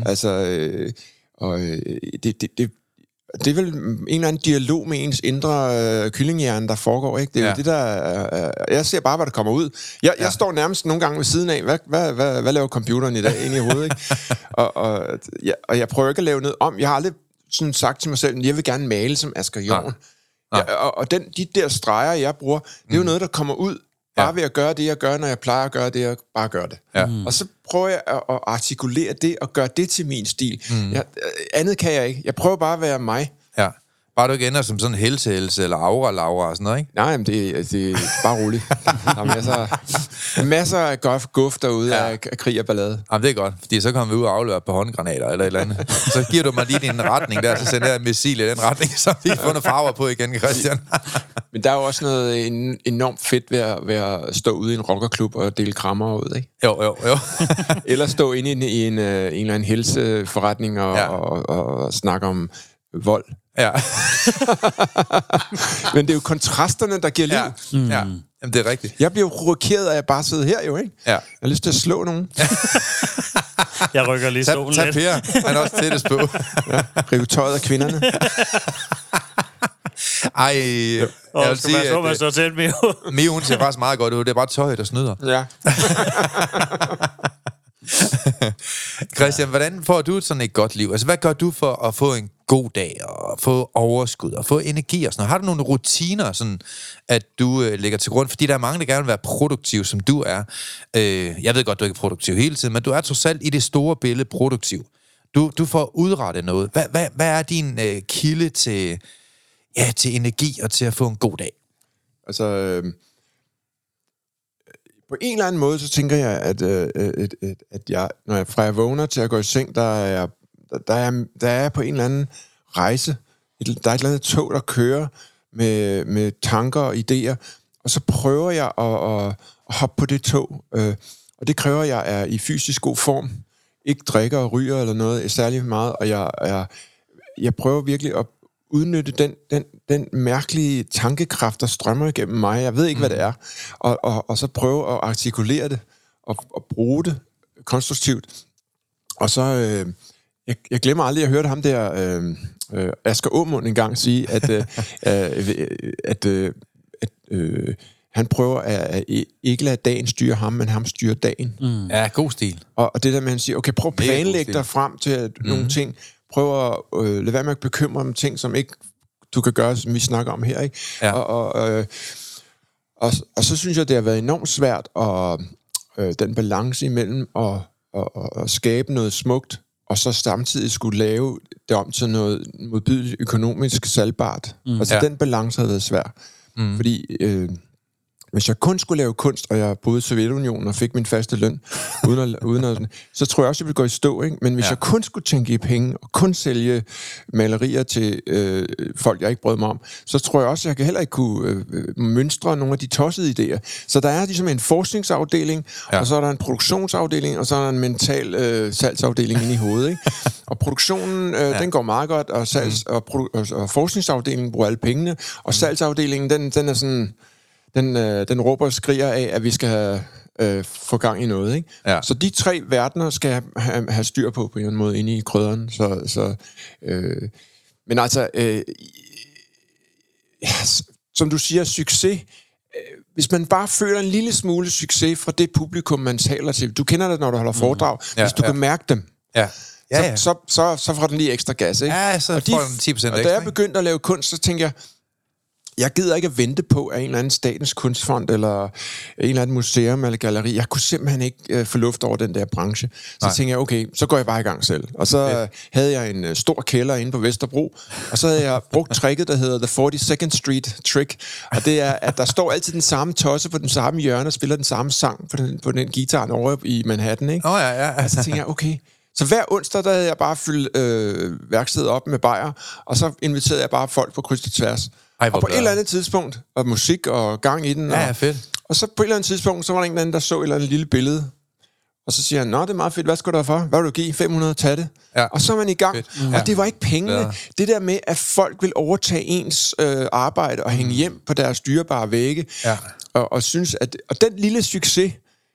det er vel en eller anden dialog med ens indre kyllinghjerne, der foregår, ikke? Det er jo det, der... jeg ser bare, hvad der kommer ud. Jeg står nærmest nogle gange ved siden af, hvad laver computeren i dag inde i hovedet, ikke? Og jeg prøver ikke at lave noget om. Jeg har aldrig sådan sagt til mig selv, at jeg vil gerne male som Asger Jorn. Og de der streger, jeg bruger, det er jo noget, der kommer ud, bare ved at gøre det, jeg gør, når jeg plejer at gøre det, jeg bare gør det. Og så prøver jeg at artikulere det, og gøre det til min stil. Andet kan jeg ikke. Jeg prøver bare at være mig. Ja. Bare du ikke ender som sådan en helse eller aura og sådan noget, ikke? Nej, men det er bare roligt. Der er masser af guf derude af krig og ballade. Jamen, det er godt, fordi så kommer vi ud og afløber på håndgranater eller et eller andet. Så giver du mig lige din retning der, så sender jeg en missil i den retning, så vi får noget farver på igen, Christian. Men der er jo også noget enormt fedt ved at stå ude i en rockerklub og dele krammer ud, ikke? Jo. Eller stå inde i en eller anden helseforretning og snakke om vold. Ja. Men det er jo kontrasterne, der giver liv. Ja. Jamen, det er rigtigt. Jeg bliver jo provokeret af at bare sidde her, jo, ikke? Ja. Jeg har lyst til at slå nogen. Jeg rykker lige stolen lidt. Tag Per, han er også tættest på. Rive tøjet af kvinderne. Jeg vil sige, at man står tæt med. Mio, hun ser faktisk meget godt ud. Det er bare tøjet, der snyder. Ja. Christian, hvordan får du sådan et godt liv? Altså, hvad gør du for at få en god dag, og få overskud, og få energi og sådan noget? Har du nogle rutiner, sådan, at du lægger til grund? Fordi der er mange, der gerne vil være produktiv, som du er. Jeg ved godt, du ikke er produktiv hele tiden, men du er trods alt i det store billede produktiv. Du får udrettet noget. Hvad er din kilde til energi og til at få en god dag? Altså... På en eller anden måde, så tænker jeg, at jeg, fra jeg vågner til at gå i seng, der er jeg på en eller anden rejse. Der er et eller andet tog, der kører med tanker og idéer, og så prøver jeg at hoppe på det tog. Og det kræver, at jeg er i fysisk god form, ikke drikker og ryger eller noget særlig meget, og jeg prøver virkelig at udnytte den mærkelige tankekraft, der strømmer igennem mig. Jeg ved ikke, hvad det er. Og så prøve at artikulere det, og bruge det konstruktivt. Og så... Jeg glemmer aldrig, at jeg hørte ham der, Asger Aamund engang sige, at han prøver at ikke lade dagen styre ham, men ham styre dagen. Ja, god stil. Og det der med, at han siger, okay, prøv at planlægge dig frem til nogle ting. Prøv at lade være med at bekymre om ting, som ikke du kan gøre, som vi snakker om her, ikke? Ja. Og så synes jeg, det har været enormt svært den balance imellem at skabe noget smukt, og så samtidig skulle lave det om til noget modbydeligt økonomisk salgbart. Den balance har været svær. Fordi hvis jeg kun skulle lave kunst, og jeg boede i Sovjetunionen og fik min faste løn, uden at, så tror jeg også, jeg ville gå i stå, ikke? Men hvis jeg kun skulle tænke i penge, og kun sælge malerier til folk, jeg ikke brød mig om, så tror jeg også, jeg kan heller ikke kunne mønstre nogle af de tossede idéer. Så der er ligesom en forskningsafdeling, og så er der en produktionsafdeling, og så er der en mental salgsafdeling inde i hovedet, ikke? Og produktionen, den går meget godt, og og forskningsafdelingen bruger alle pengene, og salgsafdelingen, den er sådan... Den råber og skriger af, at vi skal have få gang i noget, ikke? Ja. Så de 3 verdener skal have styr på en eller anden måde inde i krydderen. Men altså, som du siger, succes. Hvis man bare føler en lille smule succes fra det publikum, man taler til. Du kender det, når du holder foredrag. Hvis du kan mærke dem. Ja. Så får den lige ekstra gas, ikke? Ja, så får den 10% ekstra. Og da jeg begyndte at lave kunst, så tænker jeg gider ikke at vente på, at en eller anden statens kunstfond, eller en eller anden museum eller galleri, jeg kunne simpelthen ikke få luft over den der branche. Så tænkte jeg, okay, så går jeg bare i gang selv. Og så havde jeg en stor kælder inde på Vesterbro, og så havde jeg brugt tricket, der hedder The 42nd Street Trick, og det er, at der står altid den samme tosse på den samme hjørne, og spiller den samme sang på den guitar over i Manhattan, ikke? Og så tænkte jeg, okay. Så hver onsdag, der havde jeg bare fyldt værkstedet op med bajer, og så inviterede jeg bare folk på kryds og tværs. Og på et eller andet tidspunkt, og musik og gang i den. Ja, fedt. Og så på et eller andet tidspunkt, så var der en anden, der så et eller andet lille billede. Og så siger han, nå, det er meget fedt, hvad skal du have for? Hvad vil du give? 500, tag det. Ja. Og så er man i gang. Og det var ikke pengene. Ja. Det der med, at folk vil overtage ens arbejde og hænge hjem på deres dyrebare vægge. Ja. Og synes, at og den lille succes,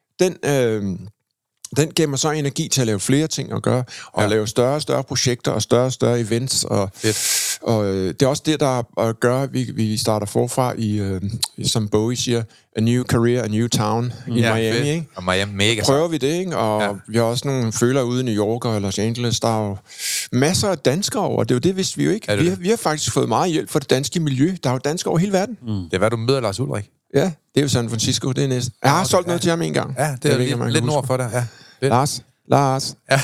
den giver mig så energi til at lave flere ting og gøre, og lave større og større projekter og større og større events. Og det er også det, der gør, at vi starter forfra i, som Bowie siger, a new career, a new town i Miami. Ikke? Og Miami, mega. Prøver vi det, ikke? Og vi har også nogle følere ude i New York og Los Angeles. Der er jo masser af danskere over. Det er jo det, vidste vi jo ikke. Vi har faktisk fået meget hjælp fra det danske miljø. Der er jo danskere over hele verden. Det er hvad du møder Lars Ulrik. Ja, det er jo San Francisco, det er næsten. Jeg har solgt noget til ham en gang. Ja, det er lidt nord for dig, ja. Lars. Ja.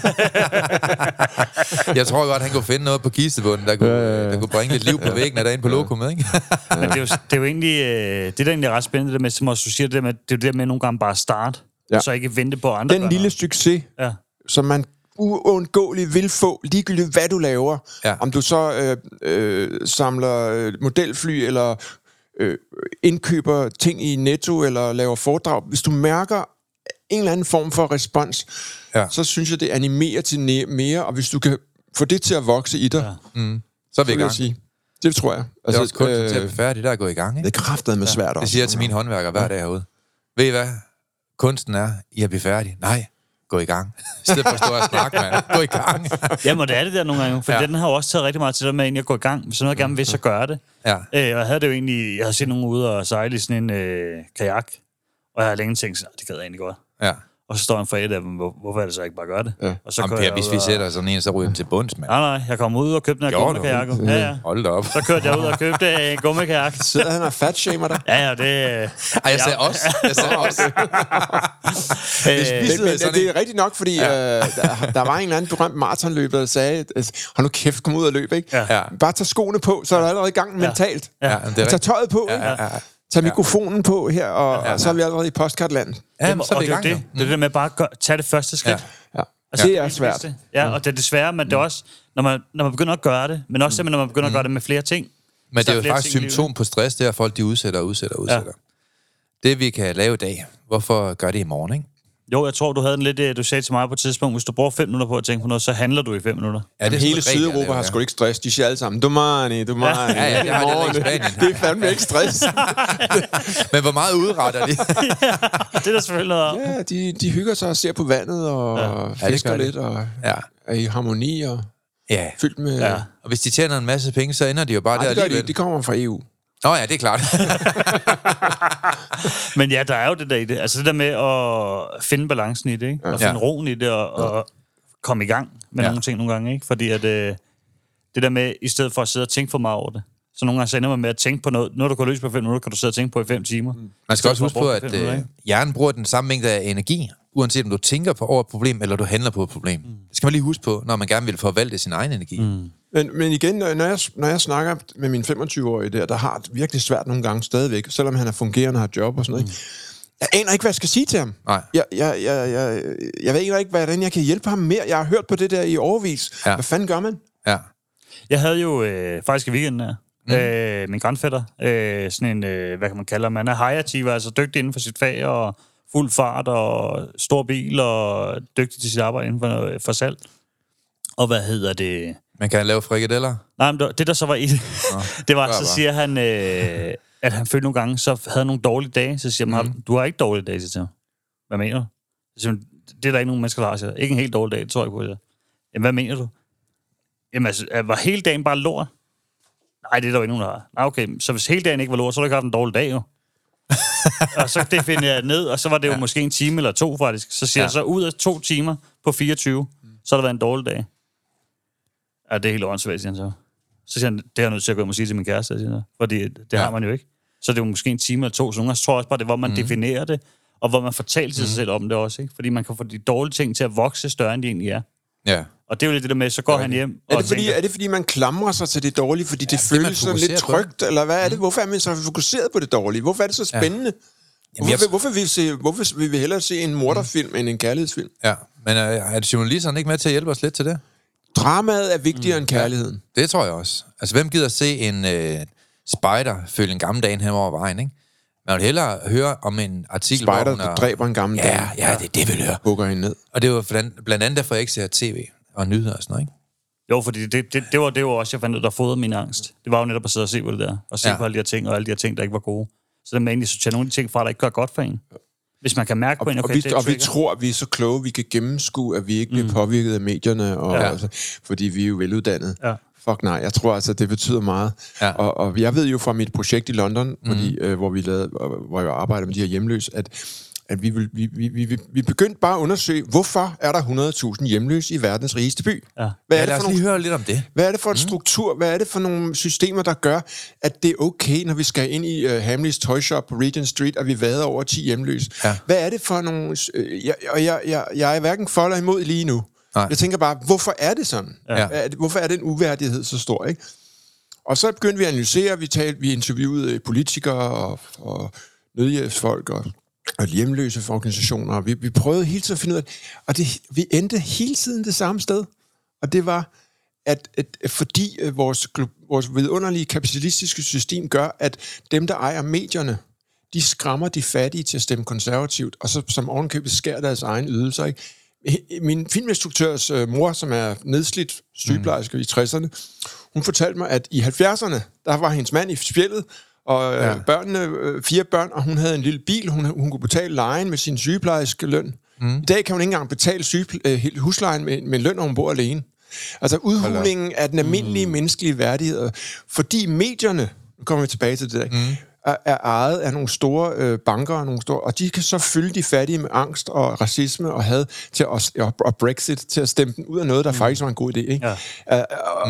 Jeg tror godt, han kunne finde noget på kistebunden, der kunne bringe lidt liv på væggen af derinde på lokummet, ikke? Men det er jo egentlig, det der egentlig er ret spændende, det med, som også du siger, det er det der med nogle gange bare start, så ikke vente på andre. Den lille succes, som man uundgåeligt vil få, ligegyldigt hvad du laver. Ja. Om du så samler modelfly, eller indkøber ting i Netto, eller laver foredrag. Hvis du mærker en eller anden form for respons, så synes jeg, det animerer til mere, og hvis du kan få det til at vokse i dig, så er vi i gang. Sige. Det tror jeg. Altså, det er også kun til at blive færdig, der er gået i gang, ikke? Det er kraftedeme svært også. Det siger jeg til mine håndværkere hver dag herude. Ved I hvad? Kunsten er, I at blive færdig. Nej, gå i gang. I stedet for at stå og snakke, mand. Gå i gang. Jamen, det er det der nogle gange, for den har jo også taget rigtig meget til det med, at gå i gang. Hvis noget gerne vil, så gøre det. Ja. Og jeg havde det jo egentlig, jeg havde set nogen ude og sejle i sådan en kajak, og jeg havde længe tænkt, det gad jeg egentlig godt. Ja. Og så står han for et af dem, hvorfor er det så ikke bare gøre det? Ja. Og så Per, hvis vi sætter sådan en, så ryger den til bunds, mand. Nej, jeg kom ud og købte den her gummikajak. Ja. Hold da op. Så kørte jeg ud og købte en gummikajak. Sidder han og fatshamer dig? Ja, det... Ej, jeg sagde også. Det er rigtigt nok, fordi der var en eller anden berømt maratonløber, der sagde, hold nu kæft, kom ud og løb, ikke? Ja. Bare tag skoene på, så er du allerede i gang mentalt. Ja. Tag tøjet på, ikke? Ja. Tag mikrofonen på her, og så er vi allerede i postkartland. Ja, så er vi i gang. Det er det der med bare at tage det første skridt. Ja. Altså, det er svært. Ja, og det er desværre, men det er også, når man begynder at gøre det, men også simpelthen, når man begynder at gøre det med flere ting. Men det er jo faktisk symptom på stress, det er, at folk de udsætter. Ja. Det vi kan lave i dag, hvorfor gør det i morgen, ikke? Jo, jeg tror, du havde den lidt, du sagde til mig på et tidspunkt, hvis du bruger 5 minutter på at tænke på noget, så handler du i 5 minutter. Ja, det hele Sydeuropa har sgu ikke stress. De siger alle sammen, du money. Ja, det har det i Spanien. Det er fandme ikke stress. Men hvor meget udretter de? Det er der selvfølgelig noget om. Ja, de hygger sig og ser på vandet og fisker lidt og er i harmoni og fyldt med... Ja. Og hvis de tjener en masse penge, så ender de jo bare der alligevel. De kommer fra EU. Ja, det er klart. Men ja, der er jo det der i det. Altså det der med at finde balancen i det, ikke? Og finde roen i det, og komme i gang med nogle ting nogle gange, ikke? Fordi at det der med, i stedet for at sidde og tænke for meget over det, så nogle gange så ender man med at tænke på noget. Når du kan løse på 5 minutter, kan du sidde og tænke på i 5 timer. Man skal også huske på, at hjernen bruger den samme mængde af energi, uanset om du tænker på over et problem, eller du handler på et problem. Det skal man lige huske på, når man gerne vil forvalte sin egen energi. Men igen, når jeg snakker med min 25-årige der har det virkelig svært nogle gange stadigvæk, selvom han er fungerende og har job og sådan noget. Jeg aner ikke, hvad jeg skal sige til ham. Nej. Jeg ved ikke, hvordan jeg kan hjælpe ham mere. Jeg har hørt på det der i årevis. Ja. Hvad fanden gør man? Ja. Jeg havde jo faktisk i weekenden her, min grandfætter, sådan en, hvad kan man kalde ham? Han er high-achiever, altså dygtig inden for sit fag, og fuld fart, og stor bil, og dygtig til sit arbejde inden for salg. Og hvad hedder det? Man kan lave frikadeller? Nej, men det der så var i det, det var, så siger han, at han følte nogle gange, så havde nogle dårlige dage, så siger han, du har ikke dårlige dage, til ham. Hvad mener du? Det er der ikke nogen mennesker, der har sagt. Ikke en helt dårlig dag, tror jeg på det. Jamen, hvad mener du? Jamen, altså, var hele dagen bare lort? Nej, det er der jo ikke nogen, der har. Nej, okay, så hvis hele dagen ikke var lort, så har du ikke haft en dårlig dag, jo. Og så definerer jeg ned, og så var det jo måske en time eller 2, faktisk. Så siger jeg så ud af 2 timer på 24, så har det været en dårlig dag. Ja, det er helt åndssvagt, siger han så. Så siger han, det er jeg nødt til at gå og sige til min kæreste, siger han, fordi det har man jo ikke. Så det er jo måske en time eller 2, så nogle tror også bare, det er, hvor man definerer det, og hvor man fortæller til sig selv om det også, ikke? Fordi man kan få de dårlige ting til at vokse større, end de egentlig er. Ja. Og det er jo lidt det der med, så går han hjem og er det fordi, man klamrer sig til det dårlige, fordi det føles sådan lidt trygt, eller hvad er det? Hvorfor er man så fokuseret på det dårlige? Hvorfor er det så spændende? Hvorfor vil vi hellere se en morderfilm end en kærlighedsfilm? Ja, men er journalisterne ikke med til at hjælpe os lidt til det? Dramaet er vigtigere end kærligheden. Ja, det tror jeg også. Altså, hvem gider se en spider følge en gammel dag hen over vejen, ikke? Man vil hellere høre om en artikel, spider, der dræber en gammel dag. Ja, det er det, vi hører. Hugger hende ned. Og det var blandt andet derfor, jeg ikke ser tv og nyheder og sådan noget, ikke? Jo, fordi det var også, jeg fandt ud, der fodrede min angst. Det var jo netop at sidde og se på det der, og se på alle de her ting, og alle de her ting, der ikke var gode. Så det er egentlig, så tage nogle af de ting fra, der ikke gør godt for en. Hvis man kan mærke på en, okay, og vi tror, at vi er så kloge, vi kan gennemskue, at vi ikke bliver påvirket af medierne, og, altså, fordi vi er jo veluddannede. Ja. Fuck nej, jeg tror altså, det betyder meget. Ja. Og jeg ved jo fra mit projekt i London, fordi, hvor jeg arbejder med de her hjemløse, at vi begyndte bare at undersøge, hvorfor er der 100.000 hjemløse i verdens rigeste by? Ja. Lad os lige høre lidt om det. Hvad er det for en struktur? Hvad er det for nogle systemer, der gør, at det er okay, når vi skal ind i Hamleys Toy Shop på Regent Street, og vi vader over 10 hjemløse? Ja. Hvad er det for nogle... Jeg er hverken for eller imod lige nu. Nej. Jeg tænker bare, hvorfor er det sådan? Ja. Hvorfor er den uværdighed så stor, ikke? Og så begyndte vi at analysere, vi interviewede politikere og nødhjælpsfolk og hjemløse for organisationer, og vi prøvede hele tiden at finde ud af, og vi endte hele tiden det samme sted. Og det var, at fordi vores vidunderlige kapitalistiske system gør, at dem, der ejer medierne, de skræmmer de fattige til at stemme konservativt, og så som ovenkøbet skærer deres egen ydelser, ikke? Min filminstruktørs mor, som er nedslidt sygeplejerske i 60'erne, hun fortalte mig, at i 70'erne, der var hendes mand i spjældet, og børnene, 4 børn, og hun havde en lille bil, hun kunne betale lejen med sin sygeplejerske løn. I dag kan hun ikke engang betale huslejen med løn, når hun bor alene. Altså udhulingen af den almindelige menneskelige værdighed, fordi medierne, nu kommer vi tilbage til det der, er ejet af nogle store banker og de kan så fylde de fattige med angst og racisme og had til og Brexit til at stemme den ud af noget, der faktisk var en god idé, ikke? Ja.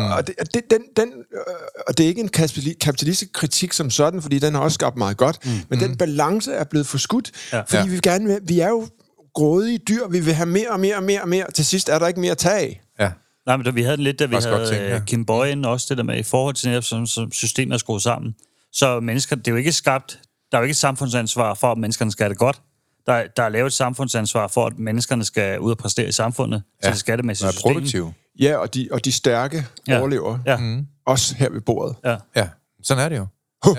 Og det er ikke en kapitalistisk kritik som sådan, fordi den har også skabt meget godt, men den balance er blevet forskudt, fordi vi er jo grådige dyr, vi vil have mere og mere og mere og mere, til sidst er der ikke mere at tage af. Ja. Nej, men vi havde den lidt, da vi havde Kim Boyen også, det der med i forhold til netop, som systemet er skruet sammen. Så mennesker, det er jo ikke skabt, der er jo ikke et samfundsansvar for, at menneskerne skal have det godt. Der er lavet et samfundsansvar for, at menneskerne skal ud og præstere i samfundet, så det skattemæssige system. Produktiv. Ja, og de stærke overlever. Ja. Også her ved bordet. Ja, sådan er det jo. Ja.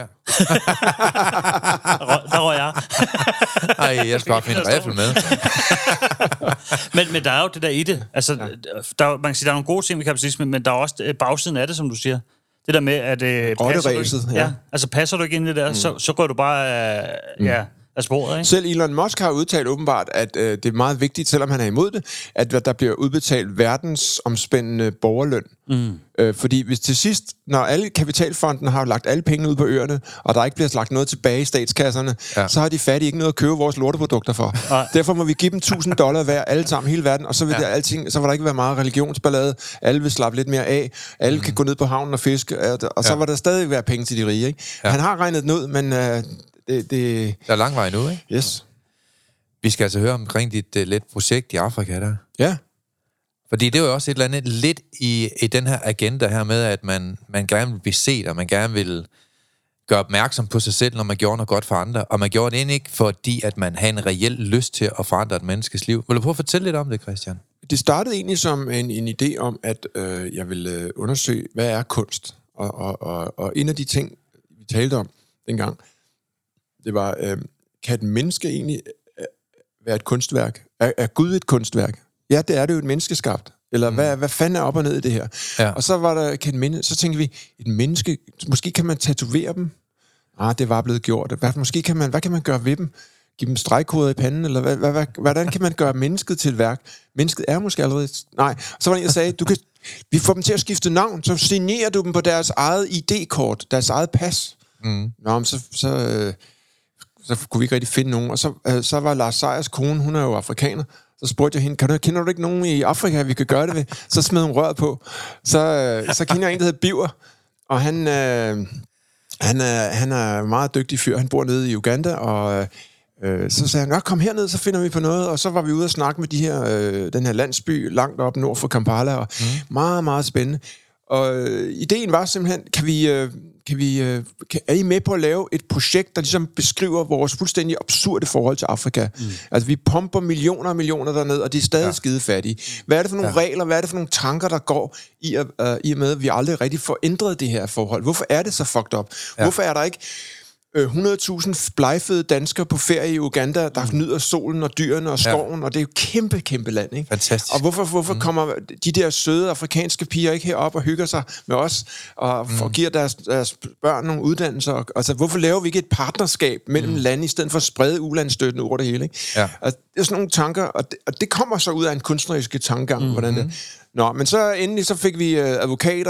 Der røg jeg. Ej, jeg skal bare finde en riffel med. men der er jo det der i det. Altså, man kan sige, der er nogle gode ting med kapitalisme, men der er også bagsiden af det, som du siger. Det der med, at altså passer du ikke ind i det der, så går du bare af sporet, ikke? Selv Elon Musk har udtalt åbenbart, at det er meget vigtigt, selvom han er imod det, at der bliver udbetalt verdensomspændende borgerløn. Fordi hvis til sidst, når alle kapitalfonden har lagt alle pengene ud på øerne, og der ikke bliver lagt noget tilbage i statskasserne, så har de fattige ikke noget at købe vores lorteprodukter for. Derfor må vi give dem $1.000 hver, alle sammen, hele verden, og så vil så vil der ikke være meget religionsballade, alle vil slappe lidt mere af, alle kan gå ned på havnen og fiske, og så vil der stadig være penge til de rige, ikke? Han har regnet den ud, men der er lang vej nu, ikke? Yes. Vi skal altså høre omkring dit let projekt i Afrika der. Ja. Fordi det er jo også et eller andet lidt i den her agenda her med, at man gerne vil blive set, og man gerne vil gøre opmærksom på sig selv, når man gjorde noget godt for andre. Og man gjorde det ikke, fordi at man havde en reel lyst til at forandre et menneskes liv. Vil du prøve at fortælle lidt om det, Christian? Det startede egentlig som en idé om, at jeg ville undersøge, hvad er kunst? Og en af de ting, vi talte om dengang, det var, kan et menneske egentlig være et kunstværk? Er Gud et kunstværk? Ja, det er det jo et menneskeskabt. Eller hvad fanden er op og ned i det her? Ja. Og så var der, så tænkte vi, et menneske, måske kan man tatovere dem? Det var blevet gjort. Hvad kan man gøre ved dem? give dem stregkoder i panden, eller hvordan kan man gøre mennesket til et værk? Mennesket er måske allerede... Nej, så var der en, der sagde, vi får dem til at skifte navn, så signerer du dem på deres eget ID-kort, deres eget pas. Nå, men så kunne vi ikke rigtig finde nogen. Og så var Lars Seiers kone, hun er jo afrikaner, så spurgte jeg hende, kender du ikke nogen i Afrika, vi kan gøre det ved? Så smed hun røret på. Så kender jeg en, der hedder Biver, og han er en meget dygtig fyr. Han bor nede i Uganda, og så sagde han, kom herned, så finder vi på noget. Og så var vi ude og snakke med den her landsby langt op nord for Kampala, og meget, meget spændende. Og ideen var simpelthen, er I med på at lave et projekt, der ligesom beskriver vores fuldstændig absurde forhold til Afrika? Altså, vi pumper millioner og millioner derned, og de er stadig skide fattige. Hvad er det for nogle regler, hvad er det for nogle tanker, der går i og med, at vi aldrig rigtig får ændret det her forhold? Hvorfor er det så fucked up? Hvorfor er der ikke 100.000 blegfede danskere på ferie i Uganda, der nyder solen og dyrene og skoven, og det er jo kæmpe, kæmpe land, ikke? Fantastisk. Og hvorfor kommer de der søde afrikanske piger ikke herop og hygger sig med os, og giver deres børn nogle uddannelser? Altså, hvorfor laver vi ikke et partnerskab mellem lande, i stedet for at sprede ulandsstøtten over det hele, ikke? Ja. Altså, det er sådan nogle tanker, og det kommer så ud af en kunstnerisk tankegang, hvordan det. Nå, men så endelig så fik vi advokater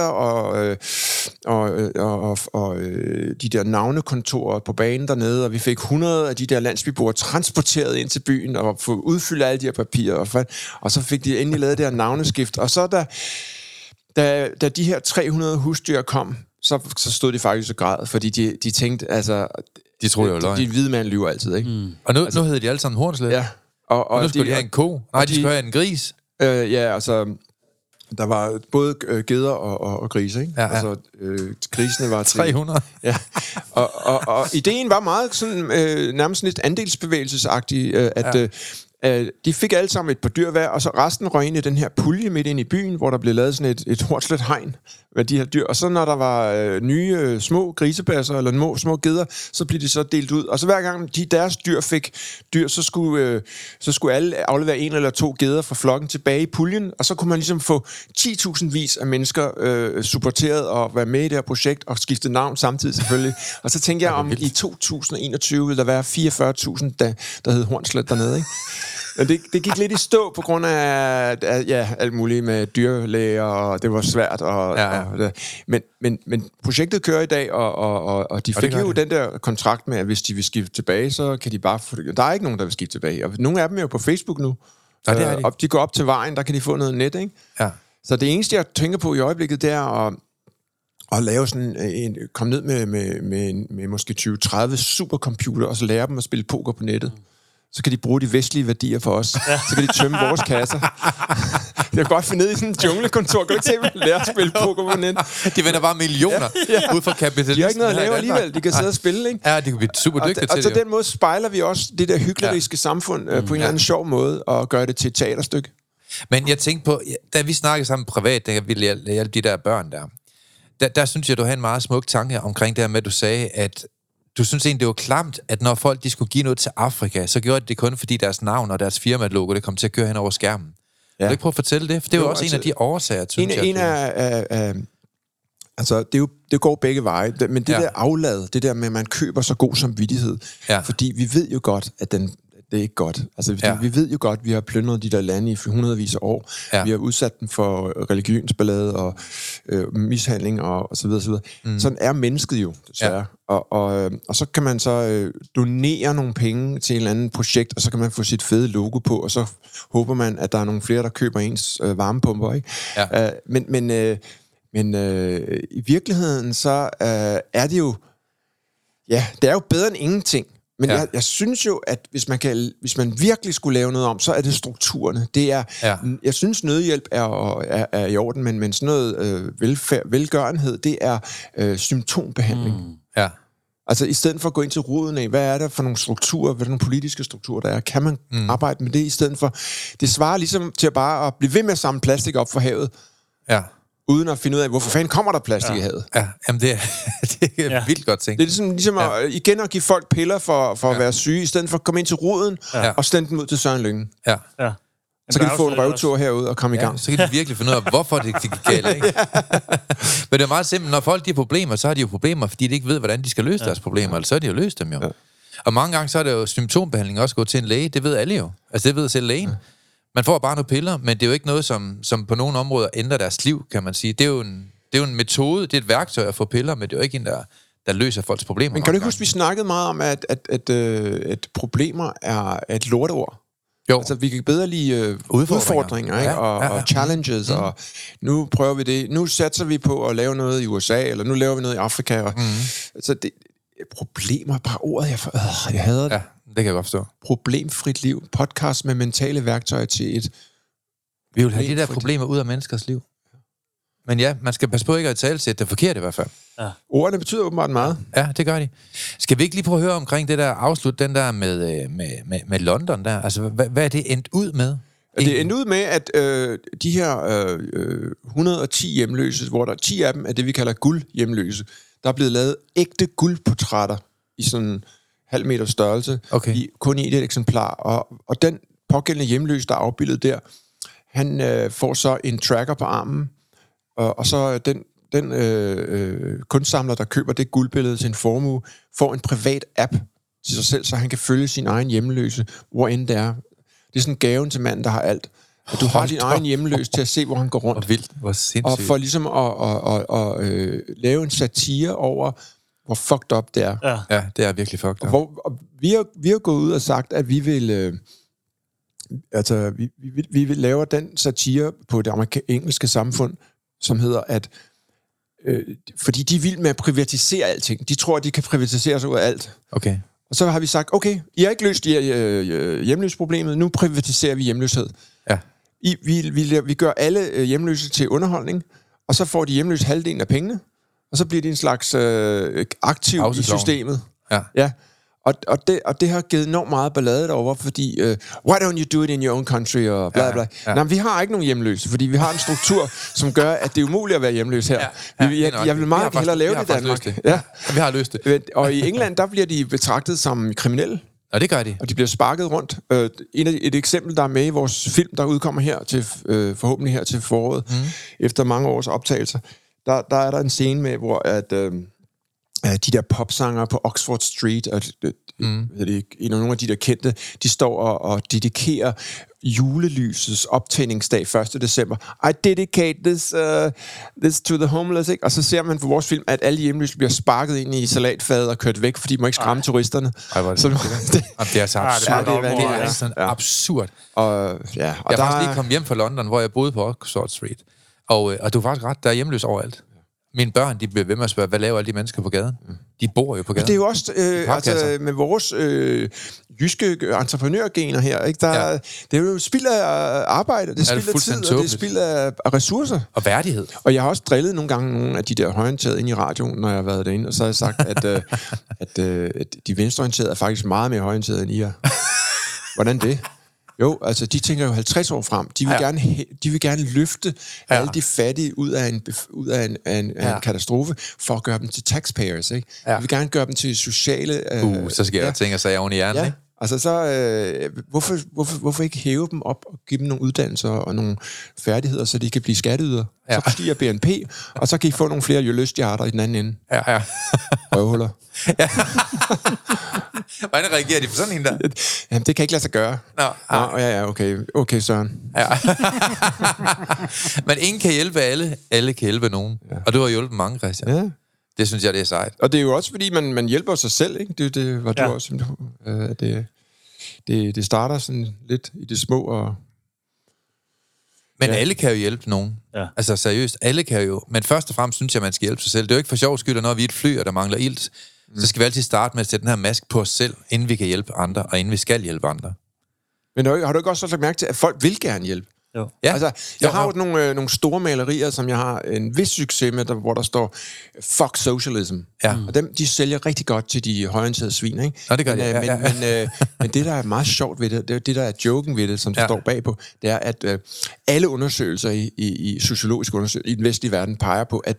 og de der navnekontorer på banen dernede, og vi fik 100 af de der landsbyboere transporteret ind til byen og få udfyldt alle de her papirer, og så fik de endelig lavet det her navneskift. Og så da de her 300 husdyr kom, så stod de faktisk og græd, fordi de tænkte, altså... De troede jo løgn. De hvide mand lyver altid, ikke? Og nu hedder de alle sammen Hornslet. Ja. Og nu skulle de have en ko. Nej, de skulle have en gris. Ja, altså... Der var både geder og grise, ikke? Ja. Altså, grisene var 300. Ja. Og ideen var meget sådan, nærmest lidt andelsbevægelsesagtig, at de fik alle sammen et par dyr hver, og så resten røg ind i den her pulje midt ind i byen, hvor der blev lavet sådan et Hornslet hegn med de her dyr. Og så når der var nye små grisebasser eller små geder, så blev de så delt ud. Og så hver gang deres dyr fik dyr, så skulle alle aflevere en eller to geder fra flokken tilbage i puljen, og så kunne man ligesom få 10.000 vis af mennesker supporteret og være med i det her projekt og skifte navn samtidig selvfølgelig. Og så tænkte jeg, om i 2021 vil der være 44.000, der hed Hornslet dernede, ikke? Det gik lidt i stå på grund af alt muligt med dyrlæger, og det var svært. Men projektet kører i dag, og de fik jo den der kontrakt med, at hvis de vil skifte tilbage, så kan de bare få det. Der er ikke nogen, der vil skifte tilbage. Og nogle af dem er jo på Facebook nu. Og de går op til vejen, der kan de få noget net, ikke? Ja. Så det eneste, jeg tænker på i øjeblikket, det er at lave sådan komme ned med måske 20-30 supercomputer, og så lære dem at spille poker på nettet. Så kan de bruge de vestlige værdier for os. Ja. Så kan de tømme vores kasser. Jeg kan godt finde ned i sådan en junglekontor. Kan du ikke se, at lære at spille poker på net? De vinder bare millioner ud fra kapitalisten. De har ikke noget at lave alligevel. De kan sidde og spille, ikke? Ja, de kan blive super dygtige til det. Og på den måde spejler vi også det der hykleriske samfund på en eller anden sjov måde, og gør det til et teaterstykke. Men jeg tænkte på, da vi snakkede sammen privat, da vi hjalp de der børn der synes jeg, du havde en meget smuk tanke omkring det her med, at du sagde, at du synes egentlig, det var klamt, at når folk de skulle give noget til Afrika, så gjorde de det kun, fordi deres navn og deres firma-logo, det kom til at køre hen over skærmen. Ja. Vil du ikke prøve at fortælle det? For det er jo også en af de årsager, synes jeg. Altså, det går begge veje. Men det der aflad, det der med, at man køber så god samvittighed, fordi vi ved jo godt, at det er ikke godt. Altså, vi ved jo godt, at vi har plyndret de der lande i hundredvis af år. Ja. Vi har udsat dem for religionsballade og mishandling og så videre, så videre. Sådan er mennesket jo, desværre. Ja. Og så kan man så donere nogle penge til et eller andet projekt, og så kan man få sit fede logo på, og så håber man, at der er nogle flere, der køber ens varmepumper, ikke? Ja. Men i virkeligheden, så er det jo... Ja, det er jo bedre end ingenting. Men jeg synes jo, at hvis man virkelig skulle lave noget om, så er det strukturerne. Det er, jeg synes, nødhjælp er i orden, men sådan noget velgørenhed, det er symptombehandling. Ja. Altså i stedet for at gå ind til roden af, hvad er der for nogle strukturer, hvad er der nogle politiske strukturer, der er? Kan man arbejde med det i stedet for? Det svarer ligesom til bare at blive ved med at samle plastik op fra havet. Ja. Uden at finde ud af, hvorfor fanden kommer der plastik i havet. Ja, jamen det er vildt godt tænkt. Det er ligesom at give folk piller for at være syge, i stedet for at komme ind til roden og stænde dem ud til Søren Lyngen. Ja. Så kan de få en røvtur herude og komme i gang. Så kan de virkelig finde ud af, hvorfor det gik galt, ikke? Men det er meget simpelt. Når folk har problemer, så har de jo problemer, fordi de ikke ved, hvordan de skal løse deres problemer. Eller så har de jo løst dem jo. Ja. Og mange gange så er det jo symptombehandling også gået til en læge. Det ved alle jo. Altså det ved selv lægen. Ja. Man får bare nogle piller, men det er jo ikke noget, som på nogle områder ændrer deres liv, kan man sige. Det er jo en metode, det er et værktøj at få piller, men det er jo ikke en, der løser folks problemer. Men kan du ikke huske, vi snakkede meget om, at problemer er et lorteord? Jo. Altså, vi kan bedre lide udfordringer ikke? Og challenges, og nu prøver vi det. Nu satser vi på at lave noget i USA, eller nu laver vi noget i Afrika. Og, altså, det, problemer, bare ordet, jeg hader det. Ja, det kan jeg godt forstå. Problemfrit liv. Podcast med mentale værktøjer til et... Vi vil have de der problemer ud af menneskers liv. Men ja, man skal passe på ikke at italesætte det forkert i hvert fald. Ja. Ordene betyder åbenbart meget. Ja, det gør de. Skal vi ikke lige prøve at høre omkring det der afslut, den der med London der? Altså, hvad er det endt ud med? Det er endt ud med, at de her 110 hjemløse, hvor der 10 af dem er det, vi kalder guldhjemløse, der er blevet lavet ægte guldportrætter i sådan halv meter størrelse, kun i et eksemplar. Og den pågældende hjemløse, der er afbildet der, han får så en tracker på armen, og så den kunstsamler, der køber det guldbillede til en formue, får en privat app til sig selv, så han kan følge sin egen hjemløse, hvor end det er. Det er sådan gaven til manden, der har alt. Og du har din egen hjemløs til at se, hvor han går rundt. Hvor vildt, hvor sindssygt. Og for ligesom at lave en satire over, hvor fucked up det er. Ja, det er virkelig fucked up. Og vi har gået ud og sagt, at vi vil... vi vil lave den satire på det engelske samfund, som hedder, at fordi de vil med at privatisere alting. De tror, at de kan privatisere sig ud af alt. Okay. Og så har vi sagt, okay, I har ikke løst hjemløsproblemet, nu privatiserer vi hjemløshed. Ja. Vi gør alle hjemløse til underholdning, og så får de hjemløse halvdelen af pengene, og så bliver de en slags aktiv i systemet. Ja. Og det har givet enormt meget ballade derovre, fordi why don't you do it in your own country, og bla bla. Nej, vi har ikke nogen hjemløse, fordi vi har en struktur, som gør, at det er umuligt at være hjemløs her. Jeg vil meget hellere lave det i Danmark. Ja. Vi har løst det. Og i England, der bliver de betragtet som kriminelle. Og det gør de. Og de bliver sparket rundt. Et eksempel, der er med i vores film, der udkommer her til forhåbentlig her til foråret, efter mange års optagelser, der er der en scene med, hvor at de der popsanger på Oxford Street, og nogle af de der kendte, de står og dedikerer julelysets optændningsdag 1. december. I dedicate this to the homeless, ikke? Og så ser man på vores film, at alle hjemløse bliver sparket ind i salatfadet og kørt væk, fordi de må ikke skræmme turisterne. Det er så absurd. Det er sådan absurd. Og jeg er faktisk lige kommet hjem fra London, hvor jeg boede på Oxford Street. Og du har faktisk ret, der er hjemløse overalt. Mine børn, de bliver ved med at spørge, hvad laver alle de mennesker på gaden? De bor jo på gaden. Det er jo også med vores jyske entreprenørgener her, ikke? Det er jo spild af arbejde, det er spild af tid, og det er spild af ressourcer. Og værdighed. Og jeg har også drillet nogle gange nogle af de der højorienterede ind i radioen, når jeg har været derinde, og så har jeg sagt, at de venstreorienterede er faktisk meget mere højorienterede end I er. Hvordan det? Jo, altså de tænker jo 50 år frem. De vil gerne løfte alle de fattige ud af en katastrofe for at gøre dem til taxpayers, ikke? De vil gerne gøre dem til sociale... så skal jeg tænke sig oven i hjernen, ikke? Altså så, hvorfor ikke hæve dem op og give dem nogle uddannelser og nogle færdigheder, så de kan blive skatteydere? Så stiger BNP, og så kan I få nogle flere lysthjerter i den anden ende. Ja. Røvhuller. Ja. Hvordan reagerer de på sådan en der? Jamen, det kan ikke lade sig gøre. Okay, Søren. Ja. Men ingen kan hjælpe alle. Alle kan hjælpe nogen. Ja. Og du har hjulpet mange, Christian. Ja. Det synes jeg, det er sejt. Og det er jo også, fordi man hjælper sig selv, ikke? Det var du også. Det starter sådan lidt i det små og... Men alle kan jo hjælpe nogen. Ja. Altså seriøst, alle kan jo. Men først og fremmest synes jeg, man skal hjælpe sig selv. Det er jo ikke for sjov skyld, at når vi er et fly, og der mangler ilt, så skal vi altid starte med at sætte den her maske på os selv, inden vi kan hjælpe andre, og inden vi skal hjælpe andre. Men har du ikke også lagt mærke til, at folk vil gerne hjælpe? Jo. Ja. Altså, jeg har jo nogle store malerier, som jeg har en vis succes med, hvor der står fuck socialism. Ja. Og de sælger rigtig godt til de højorienterede svin, ikke? Nå, det gør de. Men det, der er meget sjovt ved det der er joken ved det, som der står bagpå, det er, at alle undersøgelser i sociologiske undersøgelser i den vestlige verden peger på, at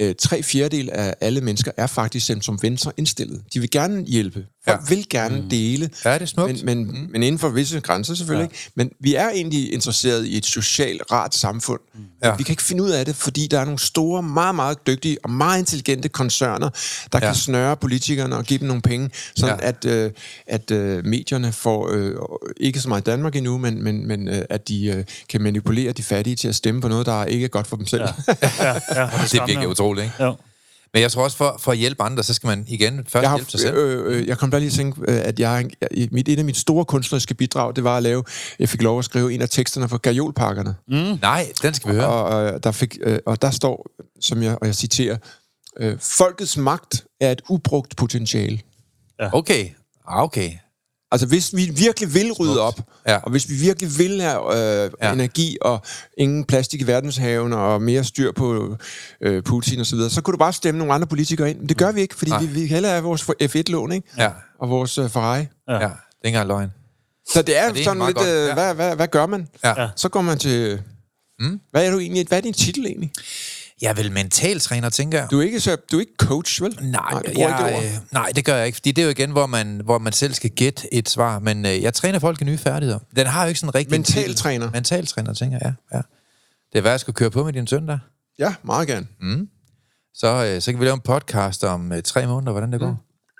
3/4 af alle mennesker er faktisk dem som venstre indstillet. De vil gerne hjælpe. Folk vil gerne dele. Ja, det er smukt. Men inden for visse grænser selvfølgelig ikke. Men vi er egentlig interesseret i et socialt rart samfund. Vi kan ikke finde ud af det, fordi der er nogle store, meget, meget dygtige og meget intelligente koncerner, der kan snøre politikerne og give dem nogle penge, sådan at medierne får, ikke så meget i Danmark endnu, men at de kan manipulere de fattige til at stemme på noget, der ikke er godt for dem selv. Det er virkelig utroligt, ikke? Jo. Men jeg tror også, for at hjælpe andre, så skal man igen først hjælpe sig selv. Jeg kom bare lige at tænke, at et af mine store kunstneriske bidrag, det var at lave, jeg fik lov at skrive en af teksterne for Gajolparkerne. Nej, den skal vi høre. Og der står, og jeg citerer, folkets magt er et ubrugt potentiale. Ja. Okay. Altså, hvis vi virkelig vil rydde op, og hvis vi virkelig vil have energi og ingen plastik i verdenshavene og mere styr på Putin og så videre, så kunne du bare stemme nogle andre politikere ind. Men det gør vi ikke, fordi vi hellere have vores F1-lån, ikke? Ja. Og vores Ferrari. Ja, det er ikke engang løgn. Så det er sådan lidt, hvad gør man? Ja. Så går man til... Hvad er din titel egentlig? Jeg er vel mentaltræner, tænker jeg. Du er ikke coach, vel? Nej, det gør jeg ikke, fordi det er jo igen, hvor man selv skal gætte et svar, men jeg træner folk i nye færdigheder. Den har jo ikke sådan rigtig... Mentaltræner? Mentaltræner, tænker jeg, ja. Det er hvad jeg skal køre på med din søn der. Ja, meget gerne. Så kan vi lave en podcast om 3 måneder, hvordan det går.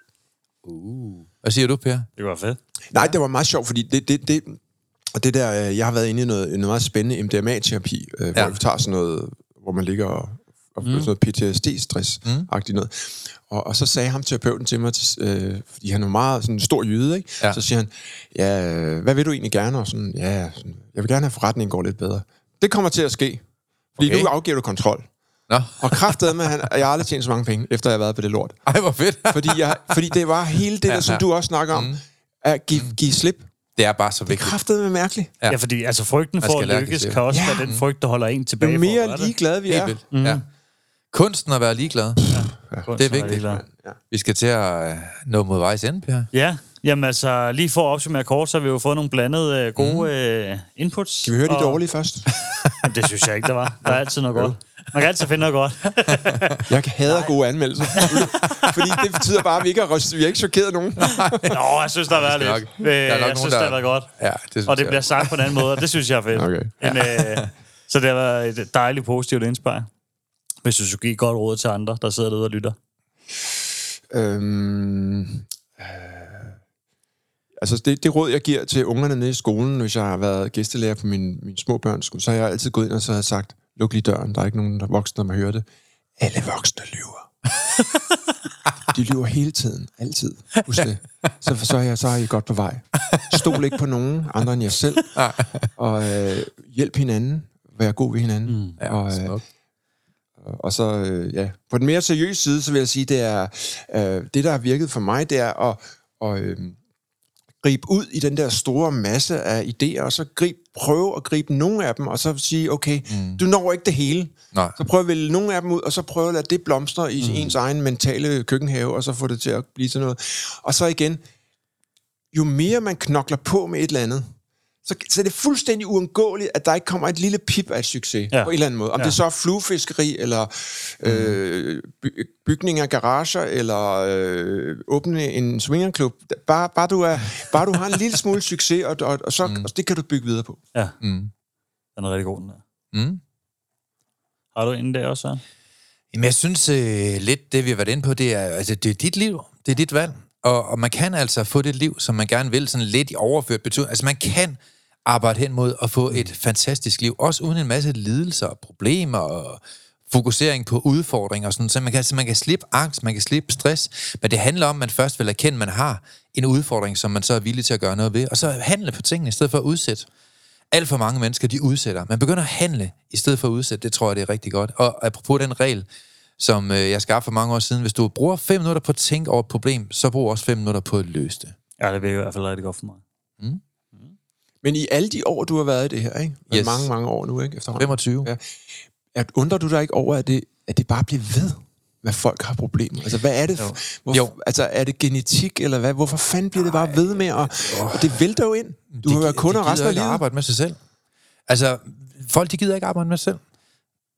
Hvad siger du, Per? Det var fedt. Nej, det var meget sjovt, fordi det der, jeg har været inde i noget meget spændende MDMA-terapi, hvor vi tager sådan noget, hvor man ligger og sådan noget PTSD-stress-agtigt noget. Og så sagde ham terapeuten til mig, fordi han er meget sådan en stor jyde, ikke? Ja. Så siger han, hvad vil du egentlig gerne? Og sådan, jeg vil gerne have forretningen går lidt bedre. Det kommer til at ske, fordi nu afgiver du kontrol. Og kraftedeme, jeg har aldrig tjent så mange penge, efter jeg har været på det lort. Ej, hvor fedt. fordi det var hele det der, som du også snakker om, at give slip. Det er bare så vigtigt. Det er kraftedeme mærkeligt. Ja, fordi altså frygten for at lykkes kan også være den frygt, der holder en tilbage. Jo mere ligeglade vi er. Ja. Kunsten at være ligeglad. Det er vigtigt. Vi skal til at nå mod vejs ende, Per. Ja, jamen altså, lige for at opsummere kort, så har vi jo fået nogle blandede gode inputs. Skal vi høre de dårlige først? Jamen, det synes jeg ikke, der var. Der er altid noget godt. Man kan altid finde noget godt. Jeg hader gode anmeldelser. Fordi det betyder bare, at vi ikke har chokeret nogen. Nå, jeg synes, der har været lidt. Jeg synes, det har været godt. Ja, og det bliver sagt på en anden måde, og det synes jeg er fedt. Okay. Men, så det har været et dejligt positivt indspejl. Hvis du skulle give godt råd til andre, der sidder derude og lytter. Altså det råd, jeg giver til ungerne nede i skolen, hvis jeg har været gæstelærer på mine små børns skole, så har jeg altid gået ind og så har sagt, luk lige døren, der er ikke nogen der voksne, der må høre det. Alle voksne lyver. De lyver hele tiden, altid. Husk det. Så er I godt på vej. Stol ikke på nogen andre end jer selv, og hjælp hinanden, vær god ved hinanden. Og så, på den mere seriøse side, så vil jeg sige, det er, det der har virket for mig, det er at gribe ud i den der store masse af idéer, og så prøve at gribe nogle af dem, og så sige, okay, du når ikke det hele. Nej. Så prøv at vælge nogle af dem ud, og så prøv at lade det blomstre i ens egen mentale køkkenhave, og så få det til at blive sådan noget. Og så igen, jo mere man knokler på med et eller andet, så er det fuldstændig uundgåeligt, at der ikke kommer et lille pip af et succes på en eller anden måde. Om det så er fluefiskeri, eller bygning af garager, eller åbne en swingerklub. Bare du har en lille smule succes, og så det kan du bygge videre på. Ja, den er rigtig god, den der. Har du en der også, Søren? Jamen, jeg synes lidt, det vi har været inde på, det er dit liv, det er dit valg. Og man kan altså få det liv, som man gerne vil, sådan lidt i overført betydning. Altså man kan arbejde hen mod at få et fantastisk liv, også uden en masse lidelser og problemer og fokusering på udfordringer og sådan. Så man kan slippe angst, man kan slippe stress, men det handler om, at man først vil erkende, at man har en udfordring, som man så er villig til at gøre noget ved, og så handle på tingene i stedet for at udsætte. Alt for mange mennesker, de udsætter. Man begynder at handle i stedet for at udsætte. Det tror jeg, det er rigtig godt. Og apropos den regel, som jeg skabte for mange år siden. Hvis du bruger 5 minutter på at tænke over et problem, så brug også 5 minutter på at løse det. Ja, det vil i hvert fald rigtig godt for mig. Men i alle de år, du har været i det her, ikke? Yes. Mange år nu, ikke? Efterhånden. 25. Ja. Undrer du dig ikke over, at det bare bliver ved, hvad folk har problemer? Altså, hvad er det? Altså, er det genetik, eller hvad? Hvorfor fanden bliver det bare ved med? Og det vælter jo ind. Du har været kunder resten af livet. Arbejde med sig selv. Altså, folk, de gider ikke arbejde med sig selv.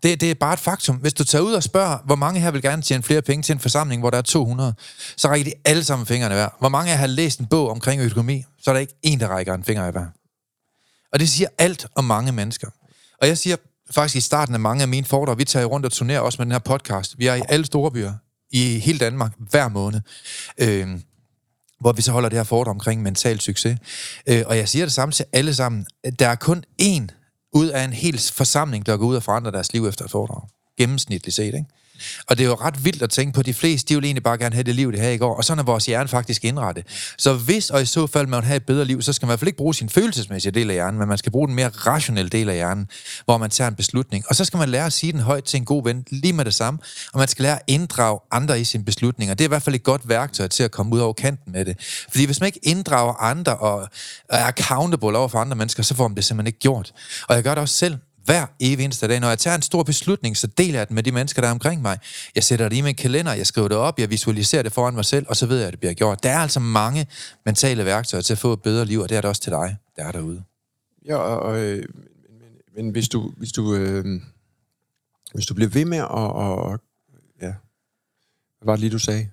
Det er bare et faktum. Hvis du tager ud og spørger, hvor mange her vil gerne tjene flere penge til en forsamling, hvor der er 200, så rækker de alle sammen fingrene i hver. Hvor mange af jer har læst en bog omkring økonomi, så er der ikke en, der rækker en finger i hver. Og det siger alt om mange mennesker. Og jeg siger faktisk i starten af mange af mine foredrag, vi tager rundt og turnerer også med den her podcast. Vi er i alle store byer i hele Danmark hver måned, hvor vi så holder det her foredrag omkring mental succes. Og jeg siger det samme til alle sammen. Der er kun én ud af en hel forsamling, der går ud og forandrer deres liv efter et foredrag. Gennemsnitligt set, ikke? Og det er jo ret vildt at tænke på, de fleste, de vil egentlig bare gerne have det liv, det her i går, og sådan er vores hjerne faktisk indrettet. Så hvis og i så fald man vil have et bedre liv, så skal man i hvert fald ikke bruge sin følelsesmæssige del af hjernen, men man skal bruge den mere rationelle del af hjernen, hvor man tager en beslutning. Og så skal man lære at sige den højt til en god ven, lige med det samme, og man skal lære at inddrage andre i sine beslutninger. Det er i hvert fald et godt værktøj til at komme ud over kanten med det. Fordi hvis man ikke inddrager andre og er accountable over for andre mennesker, så får man det simpelthen ikke gjort. Og jeg gør det også selv. Hver evig eneste dag. Når jeg tager en stor beslutning, så deler jeg den med de mennesker, der er omkring mig. Jeg sætter det i min kalender, jeg skriver det op, jeg visualiserer det foran mig selv, og så ved jeg, at det bliver gjort. Der er altså mange mentale værktøjer til at få et bedre liv, og det er det også til dig, der er derude. Ja, men hvis du bliver ved med at ja. Hvad var det lige, du sagde?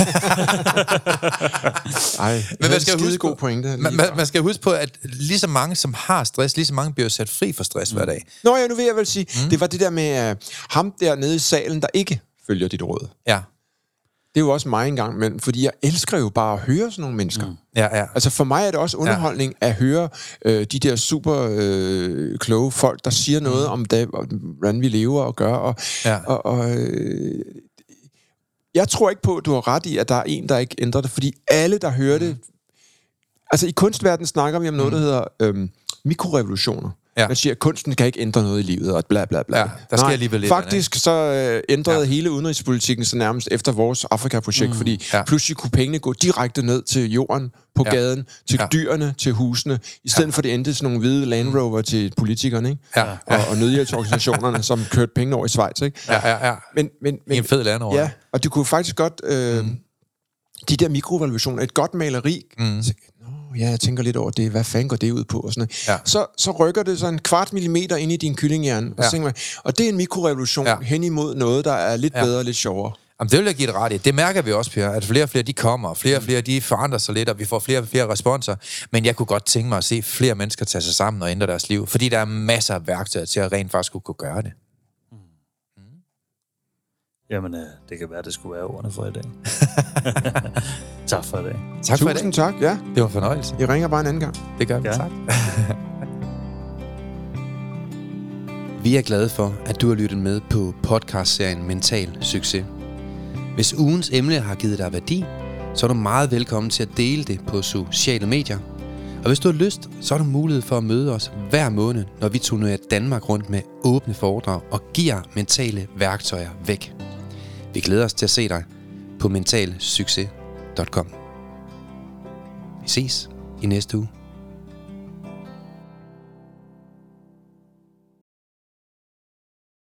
Ej, men man skal huske god pointe. Man skal huske på, at lige så mange, som har stress, lige så mange bliver sat fri for stress hver dag. Nå ja, nu vil jeg vel sige, det var det der med ham dernede i salen, der ikke følger dit råd. Ja. Det er jo også mig engang, men fordi jeg elsker jo bare at høre sådan nogle mennesker. Ja. Altså for mig er det også underholdning at høre de der super kloge folk, der siger noget om det, hvordan vi lever og gør. Jeg tror ikke på, at du har ret i, at der er en, der ikke ændrer det, fordi alle, der hører det... Altså i kunstverdenen snakker vi om noget, der hedder mikrorevolutioner. Ja. Man siger, at kunsten kan ikke ændre noget i livet, og bla bla bla. Ja, der skal alligevel lidt. Faktisk så ændrede hele udenrigspolitikken så nærmest efter vores Afrika-projekt, fordi pludselig kunne pengene gå direkte ned til jorden, på gaden, til dyrene, til husene, i stedet for det endte sådan nogle hvide Land Rover til politikerne, ikke? Og nødhjælpsorganisationerne, som kørte pengene over i Schweiz, ikke? Men en fed Land Rover. Ja, og det kunne faktisk godt... De der mikrorevolutioner, et godt maleri... Ja, jeg tænker lidt over det. Hvad fanden går det ud på? Og, sådan så rykker det så en 1/4 millimeter ind i din kyllinghjerne. Og det er en mikrorevolution hen imod noget, der er lidt bedre og lidt sjovere. Jamen, det vil jeg give det ret i. Det mærker vi også, Per, at flere og flere de kommer, og flere de forandrer sig lidt, og vi får flere og flere responser. Men jeg kunne godt tænke mig at se flere mennesker tage sig sammen og ændre deres liv, fordi der er masser af værktøjer til at rent faktisk kunne gøre det. Jamen, det kan være, det skulle være ordene for i dag. Tak for i dag. Tak for i dag. Tusind tak, ja. Det var en fornøjelse. I ringer bare en anden gang. Det gør vi, tak. Vi er glade for, at du har lyttet med på podcastserien Mental Succes. Hvis ugens emne har givet dig værdi, så er du meget velkommen til at dele det på sociale medier. Og hvis du har lyst, så har du mulighed for at møde os hver måned, når vi turnerer Danmark rundt med åbne foredrag og giver mentale værktøjer væk. Vi glæder os til at se dig på mentalsucces.com. Vi ses i næste uge.